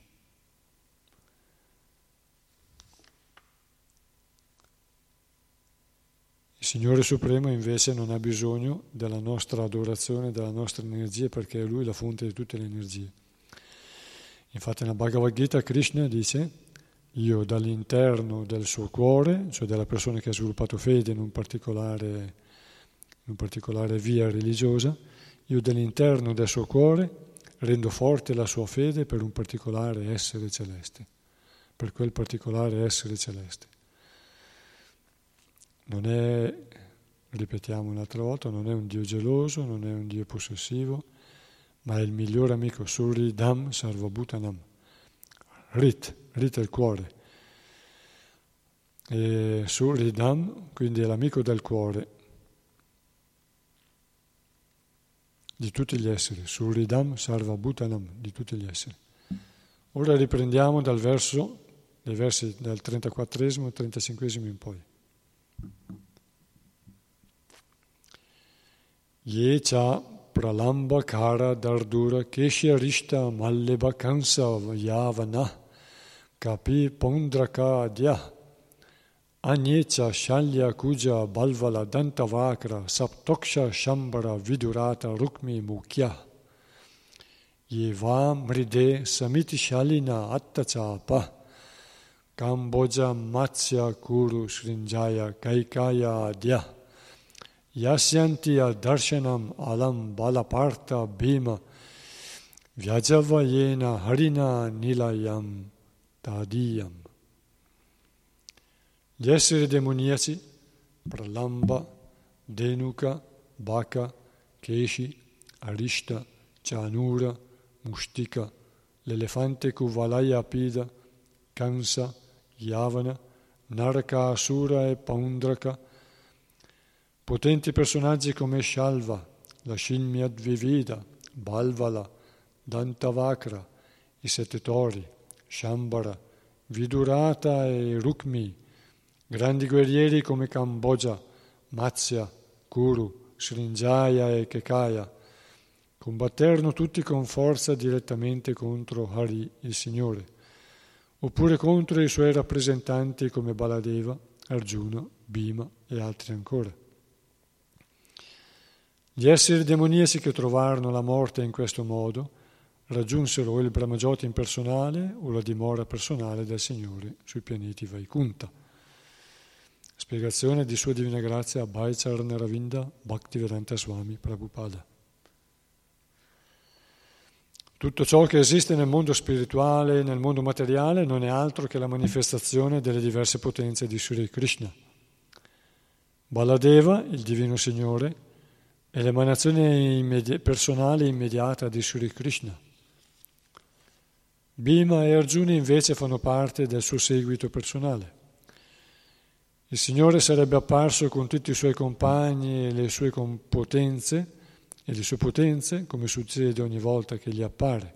Il Signore Supremo invece non ha bisogno della nostra adorazione, della nostra energia, perché è Lui la fonte di tutte le energie. Infatti nella Bhagavad Gita Krishna dice: io dall'interno del suo cuore, cioè della persona che ha sviluppato fede in un particolare via religiosa, io dall'interno del suo cuore rendo forte la sua fede per un particolare essere celeste, per quel particolare essere celeste. Non è, ripetiamo un'altra volta, non è un Dio geloso, non è un Dio possessivo, ma è il migliore amico, Suridam Sarvabhutanam. Rit è il cuore. E Suridam, quindi è l'amico del cuore di tutti gli esseri. Suridam Sarvabhutanam, di tutti gli esseri. Ora riprendiamo dai versi dal 34esimo al 35esimo in poi. Ye cha pralamba kara dardura keshya rishta malleba kansa yavana kapi pondraka adya Agnecha Shalya Kuja Balvala Dantavakra Saptoksha Shambara Vidurata Rukmi Mukhya Yeva Mride Samiti Shalina Attachapa Kamboja Matsya Kuru Srinjaya Kaikaya Adya Yasyanti Darshanam Alam Balaparta Bhima Vyajavayena Harina Nilayam Tadiyam. Gli esseri demoniaci, Pralamba, Denuka, Baka, Keshi, Arishta, Chanura, Mushtika, l'elefante Kuvalaya Pida, Kansa, Yavana, Naraka Asura e Paundraka, potenti personaggi come Shalva, la scimmia Dvivida, Balvala, Dantavakra, i sette tori, Shambara, Vidurata e Rukmi, grandi guerrieri come Kamboja, Matsya, Kuru, Srinjaya e Kekaya, combatterono tutti con forza direttamente contro Hari, il Signore, oppure contro i suoi rappresentanti come Baladeva, Arjuna, Bhima e altri ancora. Gli esseri demoniaci che trovarono la morte in questo modo raggiunsero o il Brahmajyoti impersonale o la dimora personale del Signore sui pianeti Vaikunta. Spiegazione di Sua Divina Grazia Abhay Charana Ravinda Bhaktivedanta Swami Prabhupada. Tutto ciò che esiste nel mondo spirituale e nel mondo materiale non è altro che la manifestazione delle diverse potenze di Sri Krishna. Baladeva, il Divino Signore, è l'emanazione personale immediata di Sri Krishna. Bhima e Arjuna invece fanno parte del suo seguito personale. Il Signore sarebbe apparso con tutti i suoi compagni e le sue potenze, come succede ogni volta che gli appare.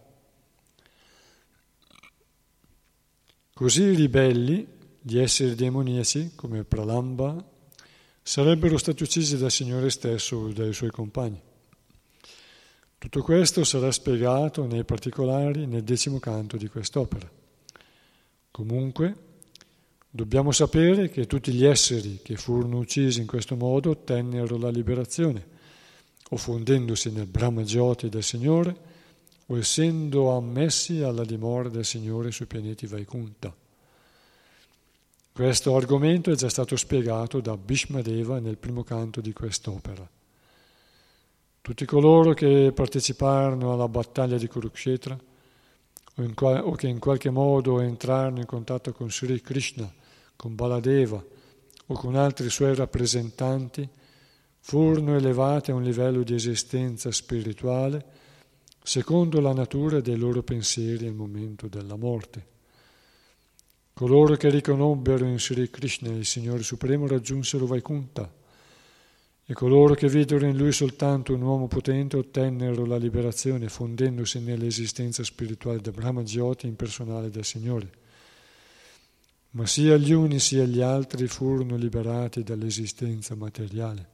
Così i ribelli, gli esseri demoniaci, come Pralamba, sarebbero stati uccisi dal Signore stesso o dai suoi compagni. Tutto questo sarà spiegato nei particolari nel 10° canto di quest'opera. Comunque, dobbiamo sapere che tutti gli esseri che furono uccisi in questo modo ottennero la liberazione, o fondendosi nel Brahmajyoti del Signore, o essendo ammessi alla dimora del Signore sui pianeti Vaikunta. Questo argomento è già stato spiegato da Bhishmadeva nel 1° canto di quest'opera. Tutti coloro che parteciparono alla battaglia di Kurukshetra o che in qualche modo entrarono in contatto con Sri Krishna, con Baladeva o con altri suoi rappresentanti furono elevati a un livello di esistenza spirituale secondo la natura dei loro pensieri al momento della morte. Coloro che riconobbero in Sri Krishna il Signore Supremo raggiunsero Vaikunta, e coloro che videro in lui soltanto un uomo potente ottennero la liberazione fondendosi nell'esistenza spirituale del Brahmajyoti impersonale del Signore. Ma sia gli uni sia gli altri furono liberati dall'esistenza materiale.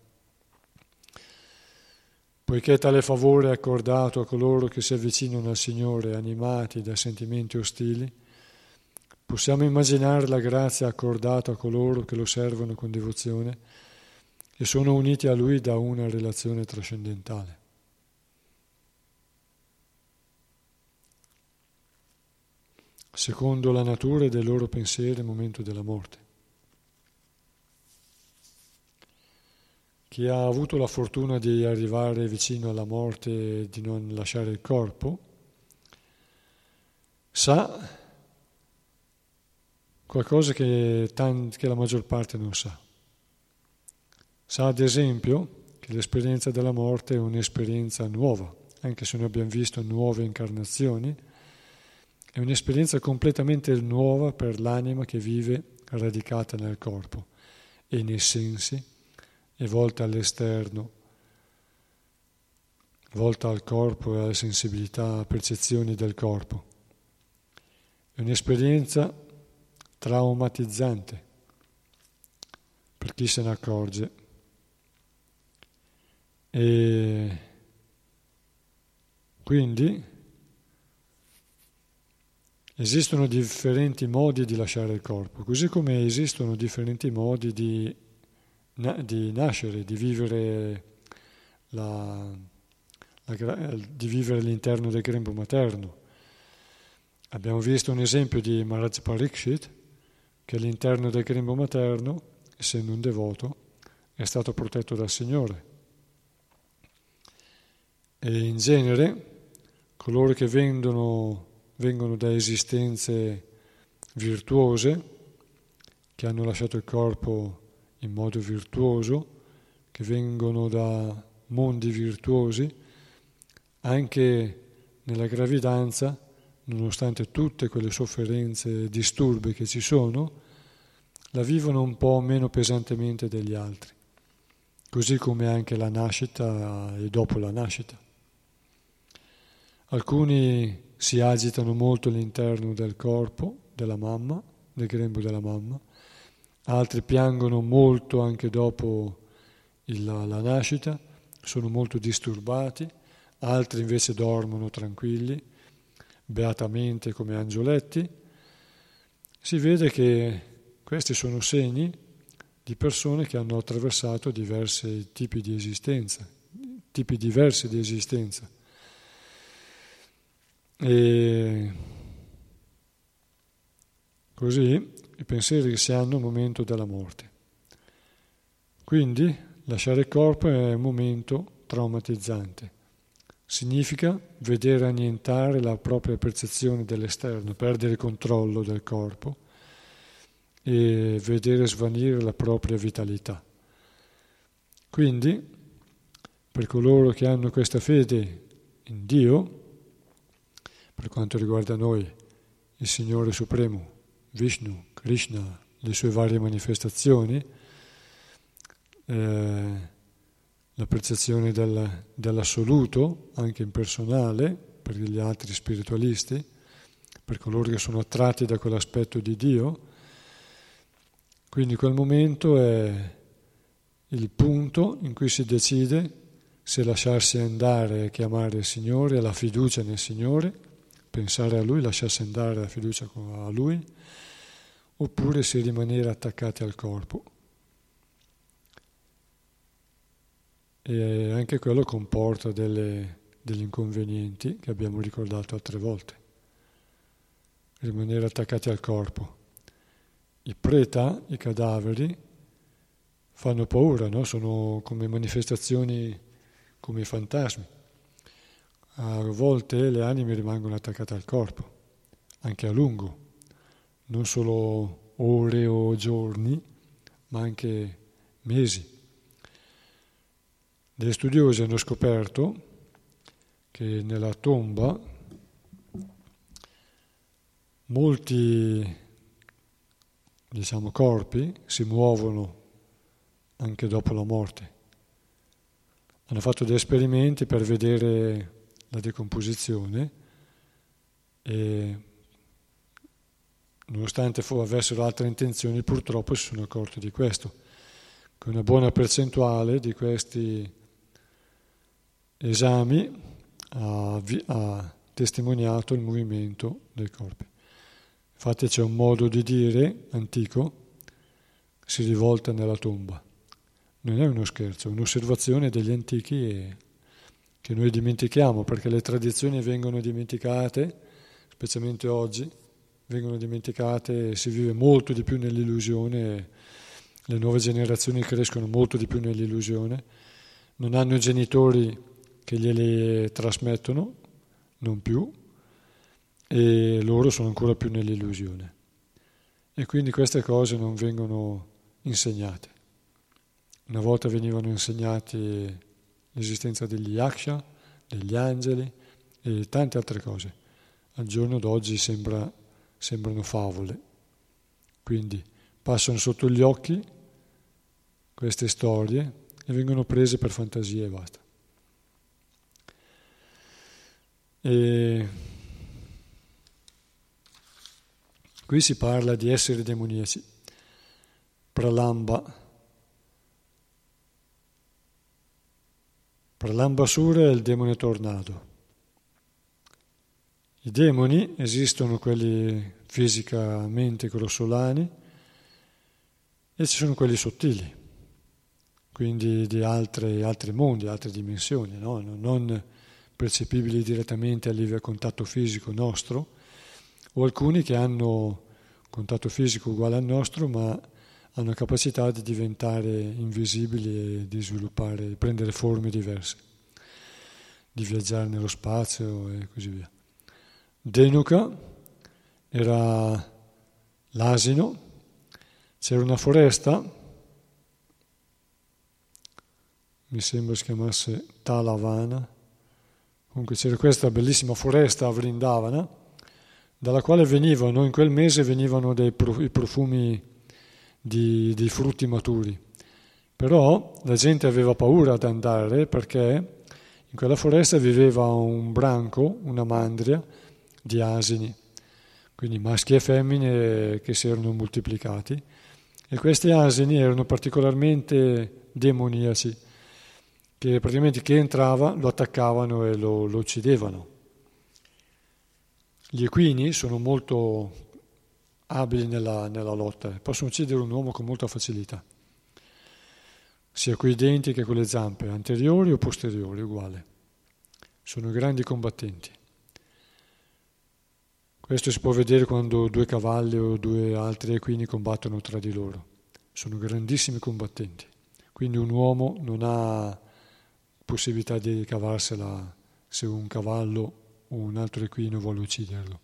Poiché tale favore è accordato a coloro che si avvicinano al Signore animati da sentimenti ostili, possiamo immaginare la grazia accordata a coloro che lo servono con devozione e sono uniti a Lui da una relazione trascendentale. Secondo la natura dei loro pensieri al momento della morte. Chi ha avuto la fortuna di arrivare vicino alla morte e di non lasciare il corpo, sa qualcosa che la maggior parte non sa. Sa ad esempio che l'esperienza della morte è un'esperienza nuova, anche se noi abbiamo visto nuove incarnazioni, è un'esperienza completamente nuova per l'anima che vive radicata nel corpo e nei sensi, e volta all'esterno, volta al corpo e alla sensibilità, a percezioni del corpo. È un'esperienza traumatizzante per chi se ne accorge. E quindi Esistono differenti modi di lasciare il corpo, così come esistono differenti modi di nascere, di vivere, di vivere all'interno del grembo materno. Abbiamo visto un esempio di Maharaj Parikshit, che all'interno del grembo materno, essendo un devoto, è stato protetto dal Signore. E in genere coloro che vengono da esistenze virtuose, che hanno lasciato il corpo in modo virtuoso, che vengono da mondi virtuosi, anche nella gravidanza, nonostante tutte quelle sofferenze e disturbi che ci sono, la vivono un po' meno pesantemente degli altri, così come anche la nascita e dopo la nascita. Alcuni si agitano molto all'interno del corpo della mamma, del grembo della mamma, altri piangono molto anche dopo la nascita, sono molto disturbati, altri invece dormono tranquilli, beatamente come angioletti. Si vede che questi sono segni di persone che hanno attraversato diversi tipi di esistenza, tipi diversi di esistenza. E così i pensieri si hanno al momento della morte. Quindi lasciare il corpo è un momento traumatizzante. Significa vedere annientare la propria percezione dell'esterno, perdere il controllo del corpo e vedere svanire la propria vitalità. Quindi, per coloro che hanno questa fede in Dio, per quanto riguarda noi, il Signore Supremo, Vishnu, Krishna, le sue varie manifestazioni, la percezione dell'assoluto, anche impersonale, per gli altri spiritualisti, per coloro che sono attratti da quell'aspetto di Dio. Quindi quel momento è il punto in cui si decide se lasciarsi andare e chiamare il Signore, la fiducia nel Signore, pensare a Lui, lasciarsi andare la fiducia a Lui, oppure se rimanere attaccati al corpo. E anche quello comporta degli inconvenienti che abbiamo ricordato altre volte. Rimanere attaccati al corpo. I preta, i cadaveri, fanno paura, no? Sono come manifestazioni, come i fantasmi. A volte le anime rimangono attaccate al corpo, anche a lungo, non solo ore o giorni, ma anche mesi. Degli studiosi hanno scoperto che nella tomba molti, corpi si muovono anche dopo la morte. Hanno fatto degli esperimenti per vedere la decomposizione e nonostante avessero altre intenzioni, purtroppo si sono accorti di questo, che una buona percentuale di questi esami ha testimoniato il movimento dei corpi. Infatti c'è un modo di dire antico, si rivolta nella tomba. Non è uno scherzo, è un'osservazione degli antichi che noi dimentichiamo, perché le tradizioni vengono dimenticate, specialmente oggi, vengono dimenticate e si vive molto di più nell'illusione, le nuove generazioni crescono molto di più nell'illusione, non hanno i genitori che gliele trasmettono, non più, e loro sono ancora più nell'illusione. E quindi queste cose non vengono insegnate. Una volta venivano insegnati l'esistenza degli yaksha, degli angeli e tante altre cose. Al giorno d'oggi sembrano favole. Quindi passano sotto gli occhi queste storie e vengono prese per fantasia e basta. E qui si parla di esseri demoniaci. Pralambasura è il demone tornado. I demoni esistono, quelli fisicamente grossolani, e ci sono quelli sottili, quindi di altri mondi, altre dimensioni, no? Non percepibili direttamente a livello contatto fisico nostro, o alcuni che hanno contatto fisico uguale al nostro, ma hanno capacità di diventare invisibili e di sviluppare, di prendere forme diverse, di viaggiare nello spazio e così via. Denuka era l'asino, c'era una foresta, mi sembra si chiamasse Talavana, comunque c'era questa bellissima foresta a Vrindavana, dalla quale venivano, in quel mese venivano i profumi di frutti maturi. Però la gente aveva paura ad andare perché in quella foresta viveva un branco, una mandria di asini, quindi maschi e femmine che si erano moltiplicati, e questi asini erano particolarmente demoniaci, che praticamente chi entrava lo attaccavano e lo uccidevano. Gli equini sono molto abili nella lotta, possono uccidere un uomo con molta facilità, sia coi denti che con le zampe, anteriori o posteriori, uguale. Sono grandi combattenti. Questo si può vedere quando due cavalli o due altri equini combattono tra di loro. Sono grandissimi combattenti. Quindi un uomo non ha possibilità di cavarsela se un cavallo o un altro equino vuole ucciderlo.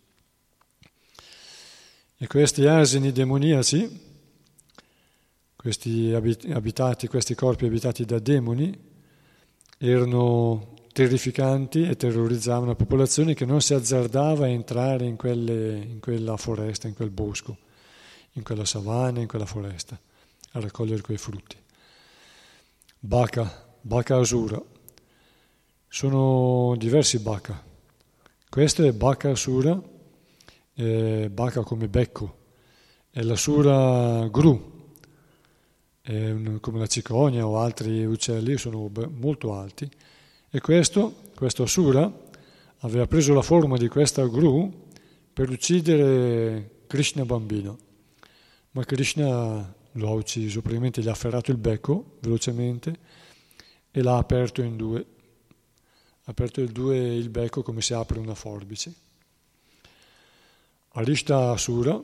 E questi asini demoniaci, questi corpi abitati da demoni, erano terrificanti e terrorizzavano la popolazione che non si azzardava a entrare in quella foresta, in quel bosco, in quella savana, in quella foresta, a raccogliere quei frutti. Baka Asura. Sono diversi Baka. Questo è Baka Asura, Baka come becco, è l'Asura Gru, come la cicogna o altri uccelli, sono molto alti. E questo Asura aveva preso la forma di questa gru per uccidere Krishna bambino, ma Krishna lo ha ucciso, praticamente gli ha afferrato il becco velocemente e l'ha aperto in due. Ha aperto in due il becco come si apre una forbice. Arishta Asura.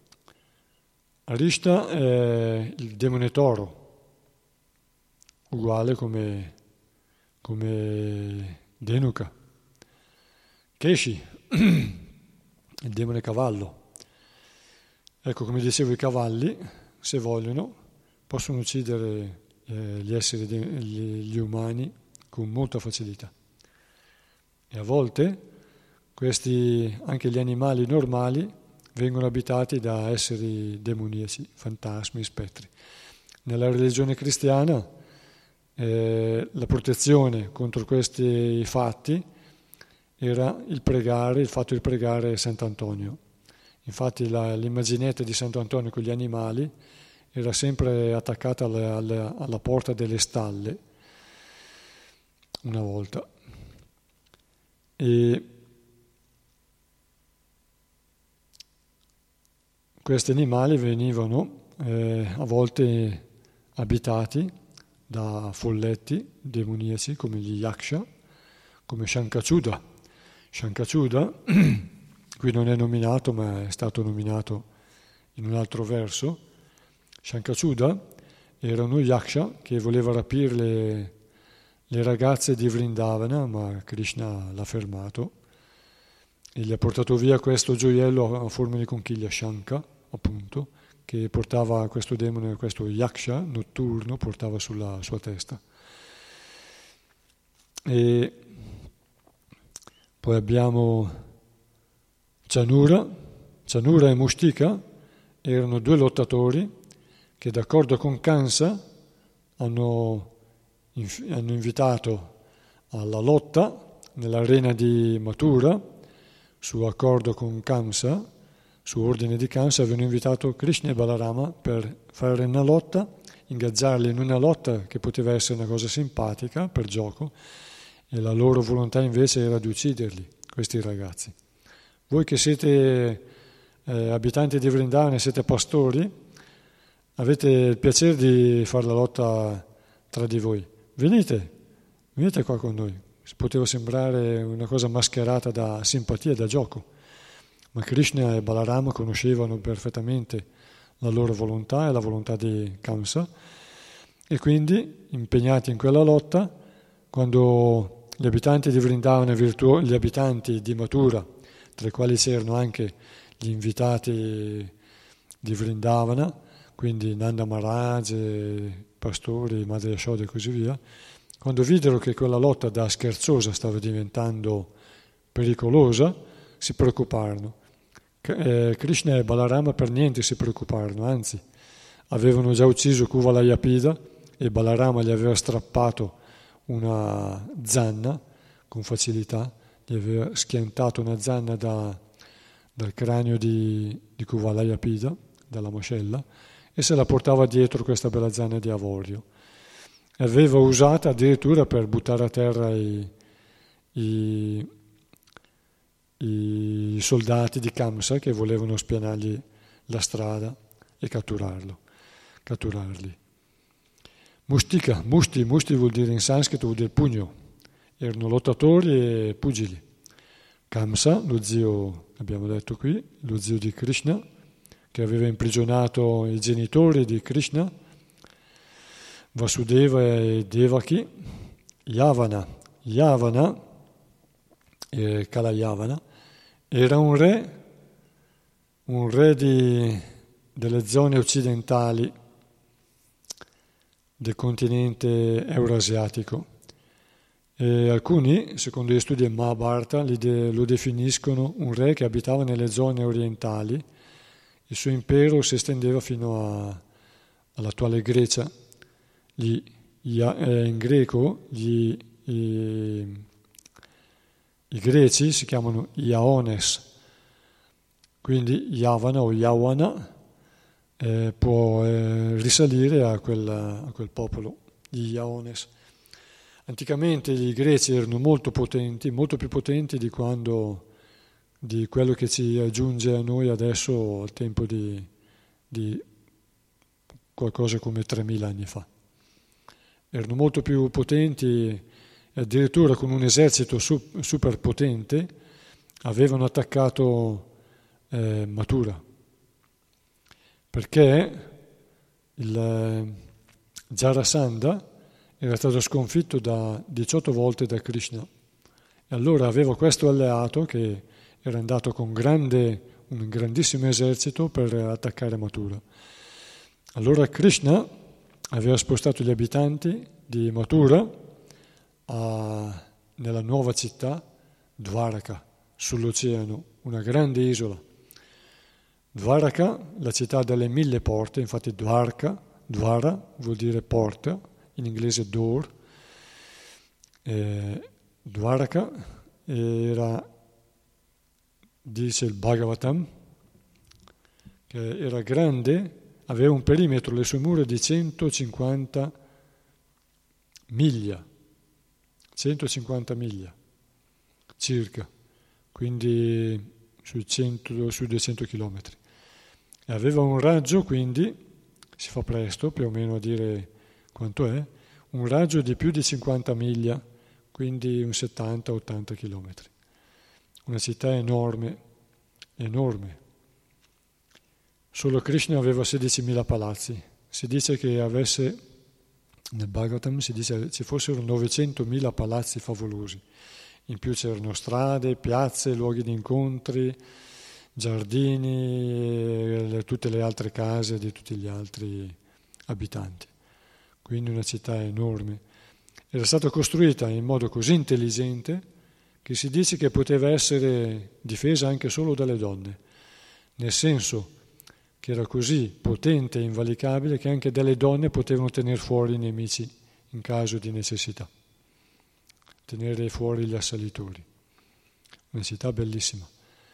Arishta è il demone toro, uguale come Denuka. Keshi, il demone cavallo. Ecco, come dicevo, i cavalli, se vogliono, possono uccidere gli umani con molta facilità. E a volte anche gli animali normali vengono abitati da esseri demoniaci, fantasmi, spettri. Nella religione cristiana la protezione contro questi fatti era il fatto di pregare Sant'Antonio. Infatti l'immaginetta di Sant'Antonio con gli animali era sempre attaccata alla porta delle stalle, una volta. E questi animali venivano a volte abitati da folletti demoniaci come gli yaksha, come Shankachuda. Shankachuda, qui non è nominato ma è stato nominato in un altro verso. Shankachuda era uno yaksha che voleva rapire le ragazze di Vrindavana, ma Krishna l'ha fermato e gli ha portato via questo gioiello a forma di conchiglia, Shanka, appunto, che portava questo demone, questo yaksha notturno, portava sulla sua testa. E poi abbiamo Chanura e Mushtika, erano due lottatori che d'accordo con Kansa hanno invitato alla lotta nell'arena di Mathura, su accordo con Kamsa, su ordine di Kamsa, avevano invitato Krishna e Balarama per fare una lotta, ingaggiarli in una lotta che poteva essere una cosa simpatica per gioco, e la loro volontà invece era di ucciderli, questi ragazzi. voi che siete abitanti di Vrindavana, siete pastori, avete il piacere di fare la lotta tra di voi. Venite qua con noi. Poteva sembrare una cosa mascherata da simpatia, da gioco, ma Krishna e Balarama conoscevano perfettamente la loro volontà e la volontà di Kamsa, e quindi, impegnati in quella lotta, quando gli abitanti di Vrindavana, gli abitanti di Mathura, tra i quali c'erano anche gli invitati di Vrindavana, quindi Nanda Maharaj, pastori, Madre Yashoda e così via, quando videro che quella lotta da scherzosa stava diventando pericolosa, si preoccuparono. Krishna e Balarama per niente si preoccuparono, anzi, avevano già ucciso Kuvalayapida e Balarama gli aveva strappato una zanna con facilità, gli aveva schiantato una zanna dal cranio di Kuvalayapida, dalla mascella, e se la portava dietro questa bella zanna di avorio. Aveva usata addirittura per buttare a terra i soldati di Kamsa che volevano spianargli la strada e catturarli. Musti vuol dire in sanscrito, vuol dire pugno. Erano lottatori e pugili. Kamsa, lo zio, abbiamo detto qui, lo zio di Krishna, che aveva imprigionato i genitori di Krishna, Vasudeva e Devaki, Yavana e Kalayavana, era un re delle zone occidentali del continente eurasiatico. E alcuni, secondo gli studi del Mahabharata, lo definiscono un re che abitava nelle zone orientali. Il suo impero si estendeva fino all'attuale Grecia. In greco i greci si chiamano Iaones, quindi Yavana o Yawana può risalire a quel popolo, gli Iaones. Anticamente i greci erano molto potenti, molto più potenti di quello che ci giunge a noi adesso al tempo di qualcosa come 3000 anni fa. Erano molto più potenti, addirittura con un esercito super potente avevano attaccato Mathura, perché il Jarasandha era stato sconfitto 18 volte da Krishna, e allora aveva questo alleato che era andato con un grandissimo esercito per attaccare Mathura. Allora Krishna aveva spostato gli abitanti di Mathura nella nuova città Dvaraka, sull'oceano, una grande isola. Dvaraka, la città delle 1000 porte, infatti Dvara vuol dire porta, in inglese door. Dvaraka era, dice il Bhagavatam, che era grande, aveva un perimetro, le sue mura di 150 miglia circa, quindi sui 200 chilometri. E aveva un raggio, quindi, si fa presto più o meno a dire quanto è, un raggio di più di 50 miglia, quindi un 70-80 chilometri. Una città enorme. Solo Krishna aveva 16.000 palazzi. Si dice che nel Bhagavatam si dice ci fossero 900.000 palazzi favolosi. In più c'erano strade, piazze, luoghi di incontri, giardini e tutte le altre case di tutti gli altri abitanti. Quindi una città enorme. Era stata costruita in modo così intelligente che si dice che poteva essere difesa anche solo dalle donne, nel senso che era così potente e invalicabile che anche delle donne potevano tenere fuori i nemici in caso di necessità, tenere fuori gli assalitori. Una città bellissima,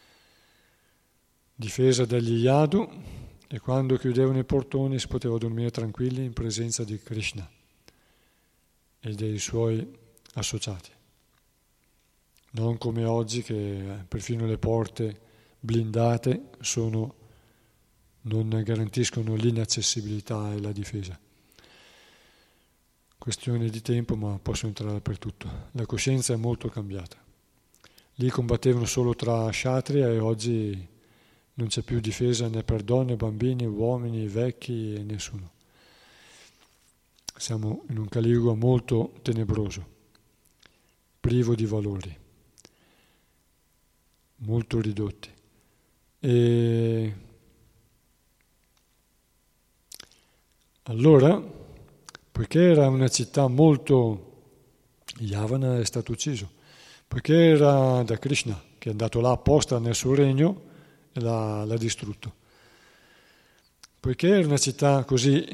difesa dagli Yadu, e quando chiudevano i portoni si poteva dormire tranquilli in presenza di Krishna e dei suoi associati. non come oggi che perfino le porte blindate non garantiscono l'inaccessibilità e la difesa. Questione di tempo, ma posso entrare dappertutto. La coscienza è molto cambiata. Lì combattevano solo tra kshatriya e oggi non c'è più difesa né per donne, bambini, uomini, vecchi e nessuno. Siamo in un Kali Yuga molto tenebroso, privo di valori, molto ridotti. E allora, poiché era una città molto... Yavana è stato ucciso, poiché era da Krishna, che è andato là apposta nel suo regno e l'ha distrutto. Poiché era una città così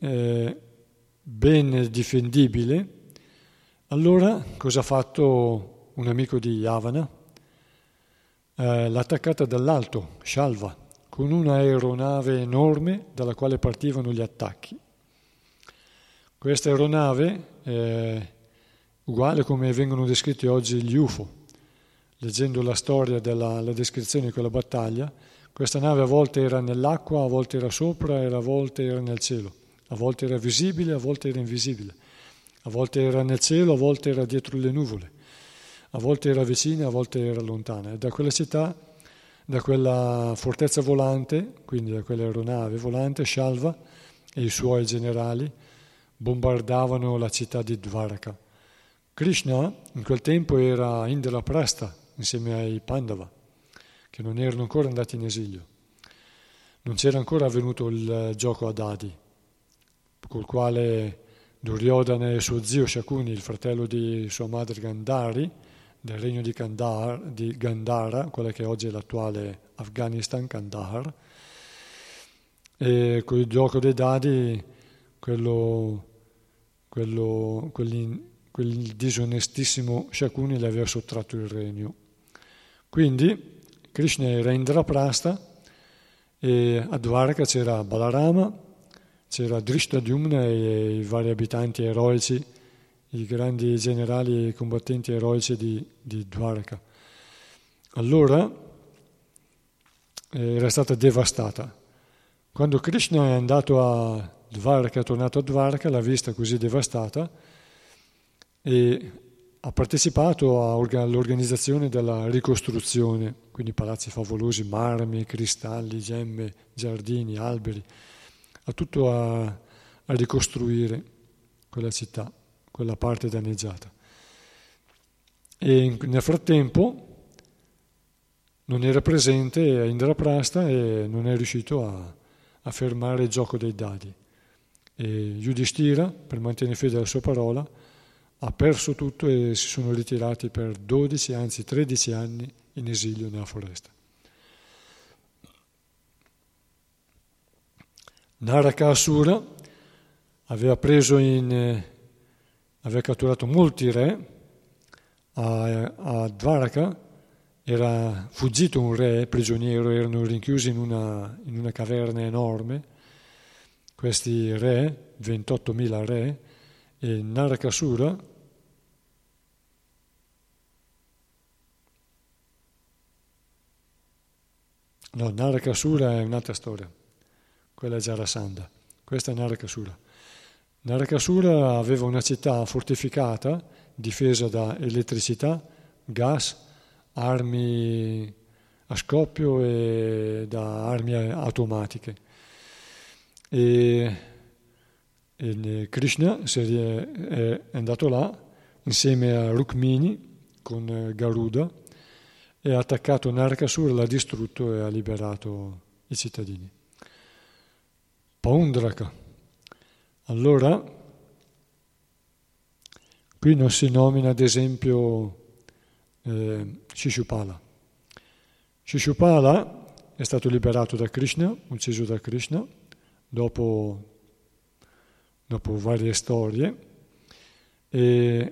ben difendibile, allora cosa ha fatto un amico di Yavana? L'ha attaccata dall'alto, Shalva, con un'aeronave enorme dalla quale partivano gli attacchi. Questa aeronave uguale come vengono descritti oggi gli UFO. Leggendo la storia la descrizione di quella battaglia, questa nave a volte era nell'acqua, a volte era sopra e a volte era nel cielo. A volte era visibile, a volte era invisibile. A volte era nel cielo, a volte era dietro le nuvole. A volte era vicina, a volte era lontana. E da quella città, da quella fortezza volante, quindi da quell'aeronave volante, Shalva e i suoi generali bombardavano la città di Dvaraka. Krishna in quel tempo era Indraprastha insieme ai Pandava, che non erano ancora andati in esilio. Non c'era ancora avvenuto il gioco a dadi, col quale Duryodhana e suo zio Shakuni, il fratello di sua madre Gandhari, del regno di Gandhara, quella che oggi è l'attuale Afghanistan, Kandahar, e con il gioco dei dadi, quel disonestissimo Shakuni le aveva sottratto il regno. Quindi Krishna era Indraprastha e a Dvaraka c'era Balarama, c'era Drishtadyumna e i vari abitanti eroici, i grandi generali e combattenti eroici di Dvaraka. Allora era stata devastata. Quando Krishna è andato a Dvaraka, è tornato a Dvaraka, l'ha vista così devastata e ha partecipato all'organizzazione della ricostruzione, quindi palazzi favolosi, marmi, cristalli, gemme, giardini, alberi, ha tutto a ricostruire quella città, quella parte danneggiata. E nel frattempo non era presente Indraprastha e non è riuscito a fermare il gioco dei dadi. E Yudhishthira, per mantenere fede alla sua parola, ha perso tutto e si sono ritirati per 12, anzi 13 anni in esilio nella foresta. Narakasura aveva catturato molti re a Dvaraka, era fuggito un re prigioniero, erano rinchiusi in una caverna enorme, questi re, 28.000 re, e Narakasura è un'altra storia, quella è Jarasandha, questa è Narakasura. Narakasura aveva una città fortificata, difesa da elettricità, gas, armi a scoppio e da armi automatiche. E Krishna è andato là insieme a Rukmini con Garuda e ha attaccato Narakasura, l'ha distrutto e ha liberato i cittadini. Paundraka. Allora, qui non si nomina ad esempio Shishupala. Shishupala è stato liberato da Krishna, ucciso da Krishna, dopo varie storie, e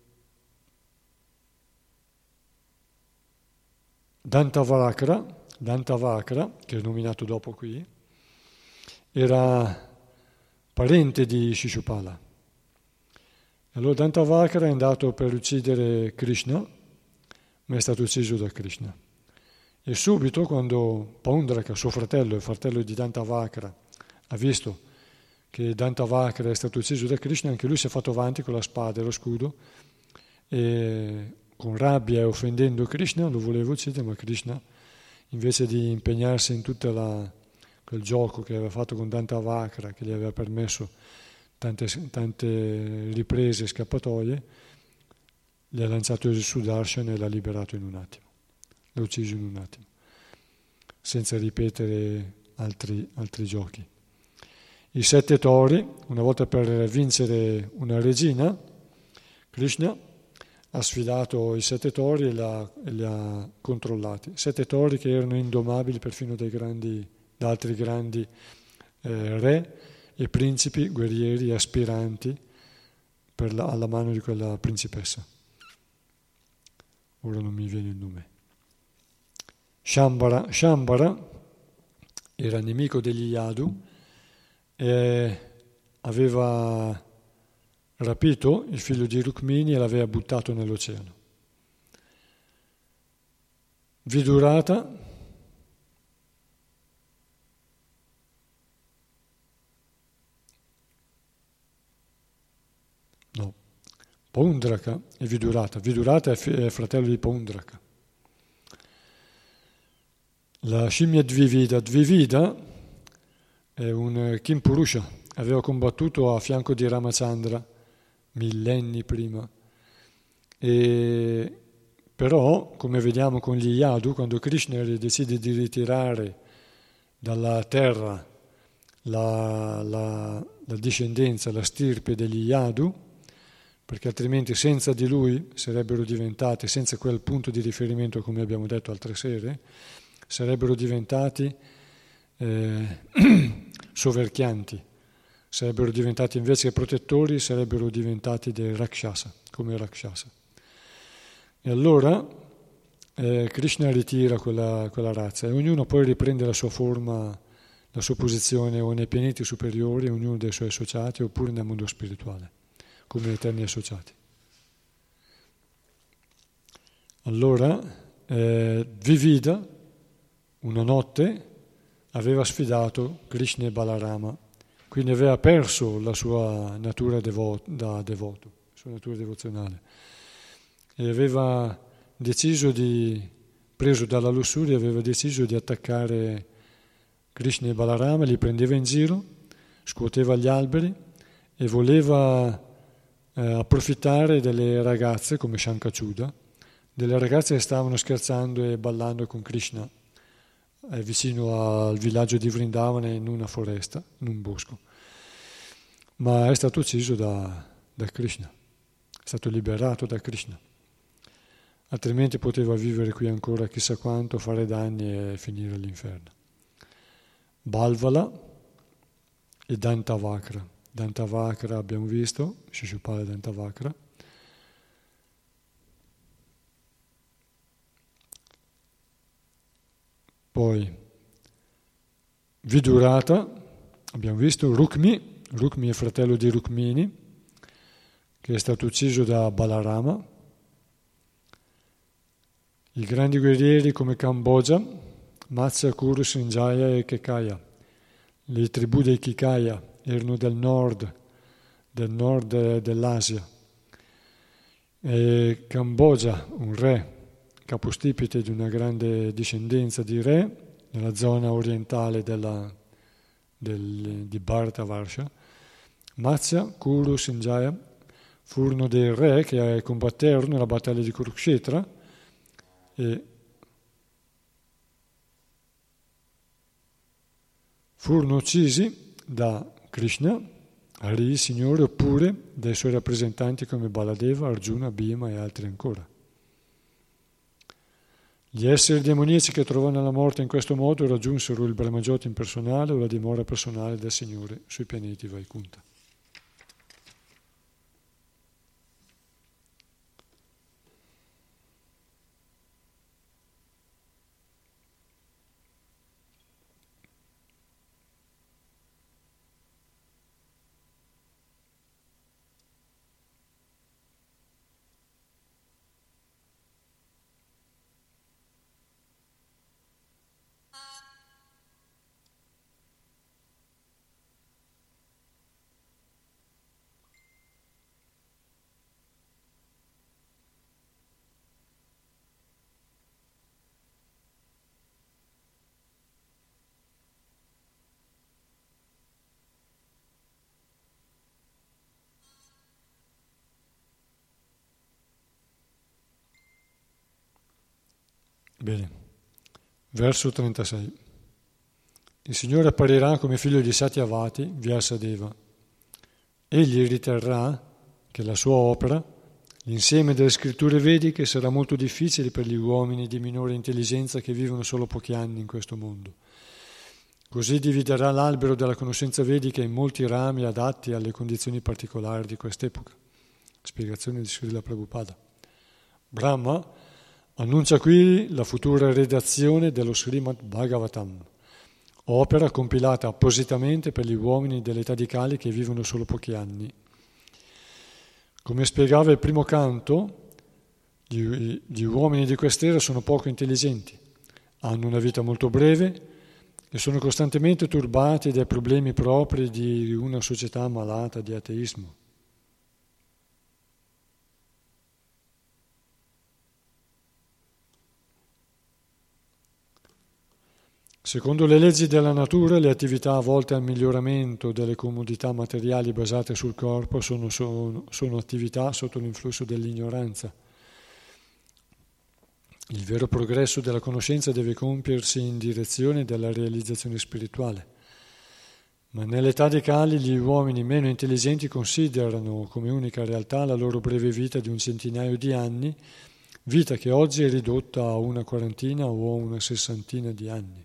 Dantavakra, che è nominato dopo qui, era parente di Shishupala. Allora Dantavakra è andato per uccidere Krishna, ma è stato ucciso da Krishna. E subito, quando Paundraka, suo fratello, il fratello di Dantavakra, ha visto che Dantavakra è stato ucciso da Krishna, anche lui si è fatto avanti con la spada e lo scudo e con rabbia e offendendo Krishna lo voleva uccidere, ma Krishna, invece di impegnarsi in tutto quel gioco che aveva fatto con Dantavakra, che gli aveva permesso tante riprese e scappatoie, gli ha lanciato il Sudarshan e l'ha liberato in un attimo, l'ha ucciso in un attimo, senza ripetere altri giochi. I 7 tori, una volta per vincere una regina, Krishna ha sfidato i 7 tori e li ha controllati. 7 tori che erano indomabili perfino da altri grandi re e principi, guerrieri e aspiranti alla mano di quella principessa. Ora non mi viene il nome. Shambhara era nemico degli Yadu e aveva rapito il figlio di Rukmini e l'aveva buttato nell'oceano. Vidurata Paundraka e Vidurata. Vidurata è fratello di Paundraka. La scimmia Dvivida. Dvivida è un Kimpurusha, aveva combattuto a fianco di Ramachandra millenni prima. Però, come vediamo con gli Yadu, quando Krishna decide di ritirare dalla terra la discendenza, la stirpe degli Yadu, perché altrimenti senza di lui sarebbero diventati, senza quel punto di riferimento come abbiamo detto altre sere, sarebbero diventati soverchianti, sarebbero diventati invece che protettori, sarebbero diventati dei Rakshasa, come Rakshasa. E allora Krishna ritira quella razza e ognuno poi riprende la sua forma, la sua posizione o nei pianeti superiori, ognuno dei suoi associati, oppure nel mondo spirituale, come eterni associati. Allora Vivida, una notte, aveva sfidato Krishna e Balarama, quindi aveva perso la sua natura da devoto, la sua natura devozionale, e aveva deciso preso dalla lussuria, aveva deciso di attaccare Krishna e Balarama, li prendeva in giro, scuoteva gli alberi e voleva approfittare delle ragazze come Shankachuda, delle ragazze che stavano scherzando e ballando con Krishna vicino al villaggio di Vrindavana in una foresta, in un bosco. Ma è stato ucciso da Krishna, è stato liberato da Krishna. Altrimenti poteva vivere qui ancora chissà quanto, fare danni e finire all'inferno. Balvala e Dantavakra. Dantavakra abbiamo visto, Shishupala Dantavakra. Poi Vidurata, abbiamo visto, Rukmi è fratello di Rukmini, che è stato ucciso da Balarama. I grandi guerrieri come Kamboja, Matsya, Kuru, Sanjaya e Kekaya. Le tribù dei Kikaya erano del nord dell'Asia. E Kamboja, un re, capostipite di una grande discendenza di re, nella zona orientale di Bharatavarsha. Matsya, Kuru, Sanjaya furono dei re che combatterono nella battaglia di Kurukshetra e furono uccisi da Krishna, Hari, Signore, oppure dai suoi rappresentanti come Baladeva, Arjuna, Bhima e altri ancora. Gli esseri demoniaci che trovano la morte in questo modo raggiunsero il Brahmajyoti impersonale o la dimora personale del Signore sui pianeti Vaikunta. Bene, verso 36. Il Signore apparirà come figlio di Satyavati, Vyasadeva. Egli riterrà che la sua opera, l'insieme delle scritture vediche, sarà molto difficile per gli uomini di minore intelligenza che vivono solo pochi anni in questo mondo. Così dividerà l'albero della conoscenza vedica in molti rami adatti alle condizioni particolari di quest'epoca. Spiegazione di Srila Prabhupada. Brahma annuncia qui la futura redazione dello Srimad Bhagavatam, opera compilata appositamente per gli uomini dell'età di Kali che vivono solo pochi anni. Come spiegava il primo canto, gli uomini di quest'era sono poco intelligenti, hanno una vita molto breve e sono costantemente turbati dai problemi propri di una società malata di ateismo. Secondo le leggi della natura, le attività volte al miglioramento delle comodità materiali basate sul corpo sono attività sotto l'influsso dell'ignoranza. Il vero progresso della conoscenza deve compiersi in direzione della realizzazione spirituale. Ma nell'età dei Kali gli uomini meno intelligenti considerano come unica realtà la loro breve vita di un centinaio di anni, vita che oggi è ridotta a una quarantina o a una sessantina di anni.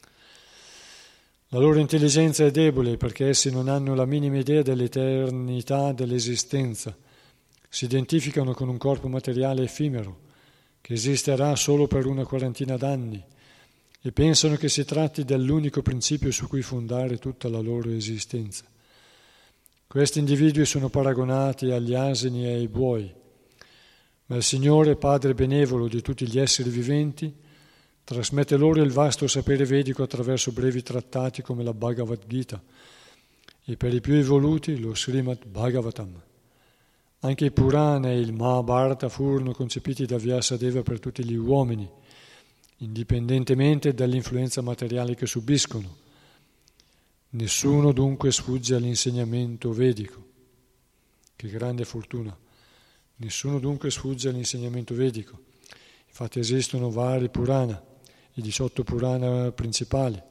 La loro intelligenza è debole perché essi non hanno la minima idea dell'eternità dell'esistenza. Si identificano con un corpo materiale effimero che esisterà solo per una quarantina d'anni e pensano che si tratti dell'unico principio su cui fondare tutta la loro esistenza. Questi individui sono paragonati agli asini e ai buoi, ma il Signore, Padre benevolo di tutti gli esseri viventi, trasmette loro il vasto sapere vedico attraverso brevi trattati come la Bhagavad Gita e per i più evoluti lo Srimad Bhagavatam. Anche i Purana e il Mahabharata furono concepiti da Vyasadeva per tutti gli uomini, indipendentemente dall'influenza materiale che subiscono. Nessuno dunque sfugge all'insegnamento vedico. Che grande fortuna! Nessuno dunque sfugge all'insegnamento vedico. Infatti esistono vari Purana, i 18 Purana principali,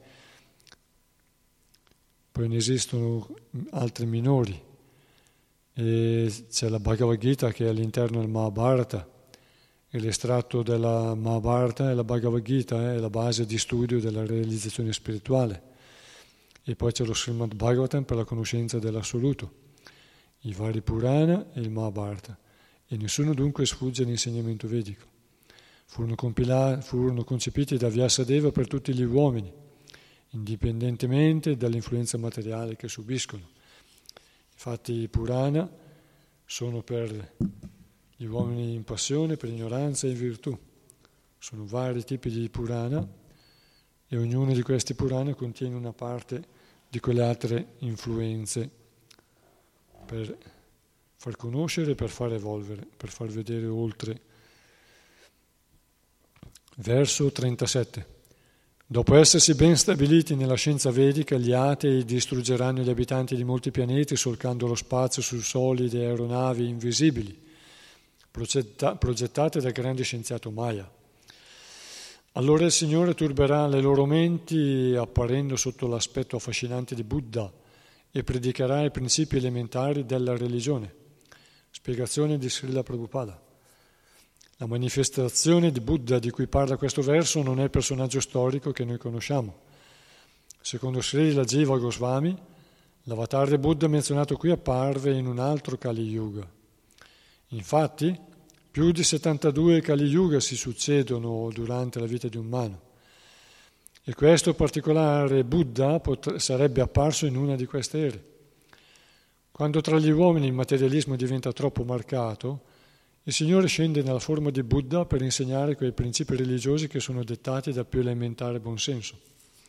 poi ne esistono altri minori, e c'è la Bhagavad Gita che è all'interno del Mahabharata, e l'estratto della Mahabharata e la Bhagavad Gita è la base di studio della realizzazione spirituale, e poi c'è lo Srimad Bhagavatam per la conoscenza dell'assoluto, i vari Purana e il Mahabharata, e nessuno dunque sfugge all'insegnamento vedico. Furono concepiti da Vyasadeva per tutti gli uomini, indipendentemente dall'influenza materiale che subiscono. Infatti i Purana sono per gli uomini in passione, per ignoranza e in virtù. Sono vari tipi di Purana e ognuno di questi Purana contiene una parte di quelle altre influenze per far conoscere e per far evolvere, per far vedere oltre. Verso 37. Dopo essersi ben stabiliti nella scienza vedica, gli atei distruggeranno gli abitanti di molti pianeti solcando lo spazio su solide aeronavi invisibili, progettate dal grande scienziato Maya. Allora il Signore turberà le loro menti apparendo sotto l'aspetto affascinante di Buddha e predicherà i principi elementari della religione. Spiegazione di Srila Prabhupada. La manifestazione di Buddha di cui parla questo verso non è il personaggio storico che noi conosciamo. Secondo Srila Jiva Goswami, l'avatar di Buddha menzionato qui apparve in un altro Kali Yuga. Infatti, più di 72 Kali Yuga si succedono durante la vita di un umano. E questo particolare Buddha sarebbe apparso in una di queste ere. Quando tra gli uomini il materialismo diventa troppo marcato, il Signore scende nella forma di Buddha per insegnare quei principi religiosi che sono dettati dal più elementare buonsenso.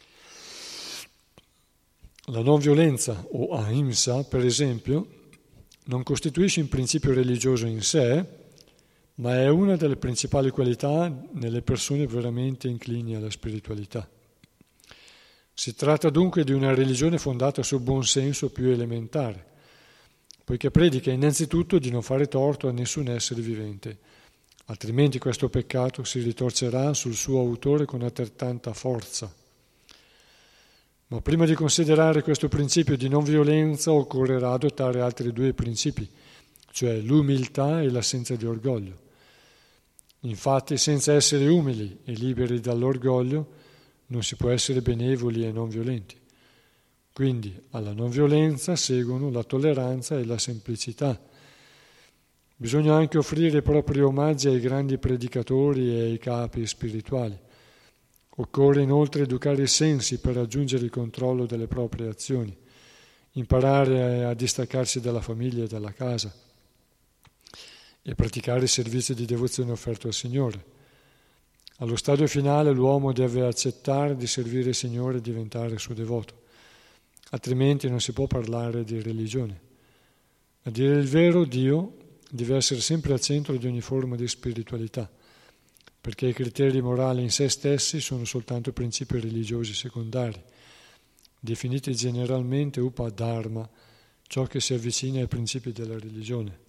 La non violenza o ahimsa, per esempio, non costituisce un principio religioso in sé, ma è una delle principali qualità nelle persone veramente inclini alla spiritualità. Si tratta dunque di una religione fondata sul buonsenso più elementare, poiché predica innanzitutto di non fare torto a nessun essere vivente, altrimenti questo peccato si ritorcerà sul suo autore con altrettanta forza. Ma prima di considerare questo principio di non violenza occorrerà adottare altri due principi, cioè l'umiltà e l'assenza di orgoglio. Infatti, senza essere umili e liberi dall'orgoglio, non si può essere benevoli e non violenti. Quindi alla non violenza seguono la tolleranza e la semplicità. Bisogna anche offrire i propri omaggi ai grandi predicatori e ai capi spirituali. Occorre inoltre educare i sensi per raggiungere il controllo delle proprie azioni, imparare a distaccarsi dalla famiglia e dalla casa e praticare i servizi di devozione offerto al Signore. Allo stadio finale l'uomo deve accettare di servire il Signore e diventare suo devoto, altrimenti non si può parlare di religione. A dire il vero, Dio deve essere sempre al centro di ogni forma di spiritualità, perché i criteri morali in se stessi sono soltanto principi religiosi secondari, definiti generalmente upadharma, ciò che si avvicina ai principi della religione.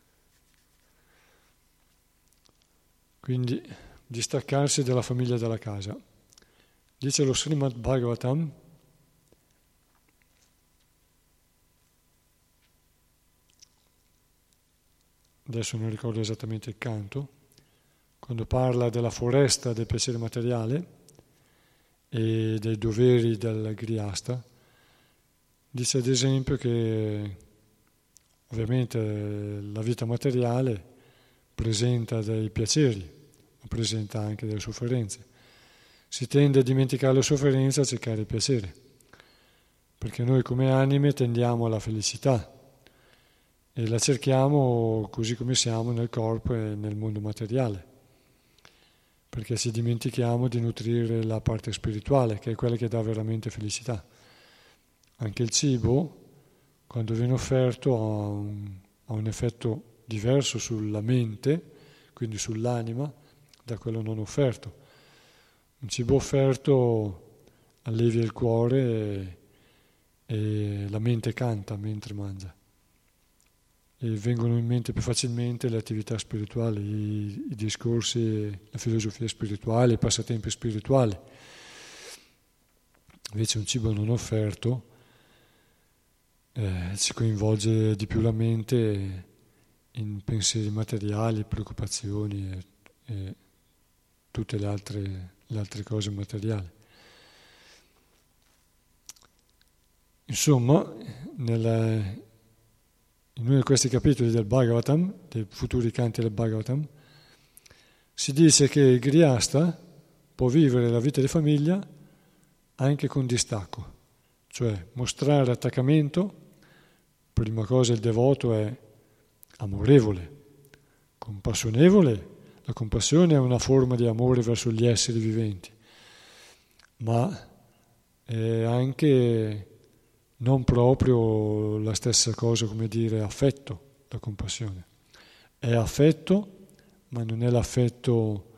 Quindi distaccarsi dalla famiglia e dalla casa. Dice lo Srimad Bhagavatam, adesso non ricordo esattamente il canto, quando parla della foresta del piacere materiale e dei doveri del grihasta, dice ad esempio che ovviamente la vita materiale presenta dei piaceri, ma presenta anche delle sofferenze. Si tende a dimenticare la sofferenza e a cercare il piacere, perché noi come anime tendiamo alla felicità e la cerchiamo così come siamo nel corpo e nel mondo materiale, perché ci dimentichiamo di nutrire la parte spirituale, che è quella che dà veramente felicità. Anche il cibo, quando viene offerto, ha un effetto diverso sulla mente, quindi sull'anima, da quello non offerto. Un cibo offerto allevia il cuore e la mente canta mentre mangia. E vengono in mente più facilmente le attività spirituali, i discorsi, la filosofia spirituale, i passatempi spirituali. Invece un cibo non offerto ci coinvolge di più la mente in pensieri materiali, preoccupazioni e tutte le altre cose materiali. Insomma, in uno di questi capitoli del Bhagavatam, dei futuri canti del Bhagavatam, si dice che il grihasta può vivere la vita di famiglia anche con distacco, cioè mostrare attaccamento. Prima cosa il devoto è amorevole, compassionevole. La compassione è una forma di amore verso gli esseri viventi, ma è anche non proprio la stessa cosa come dire affetto, la compassione. È affetto, ma non è l'affetto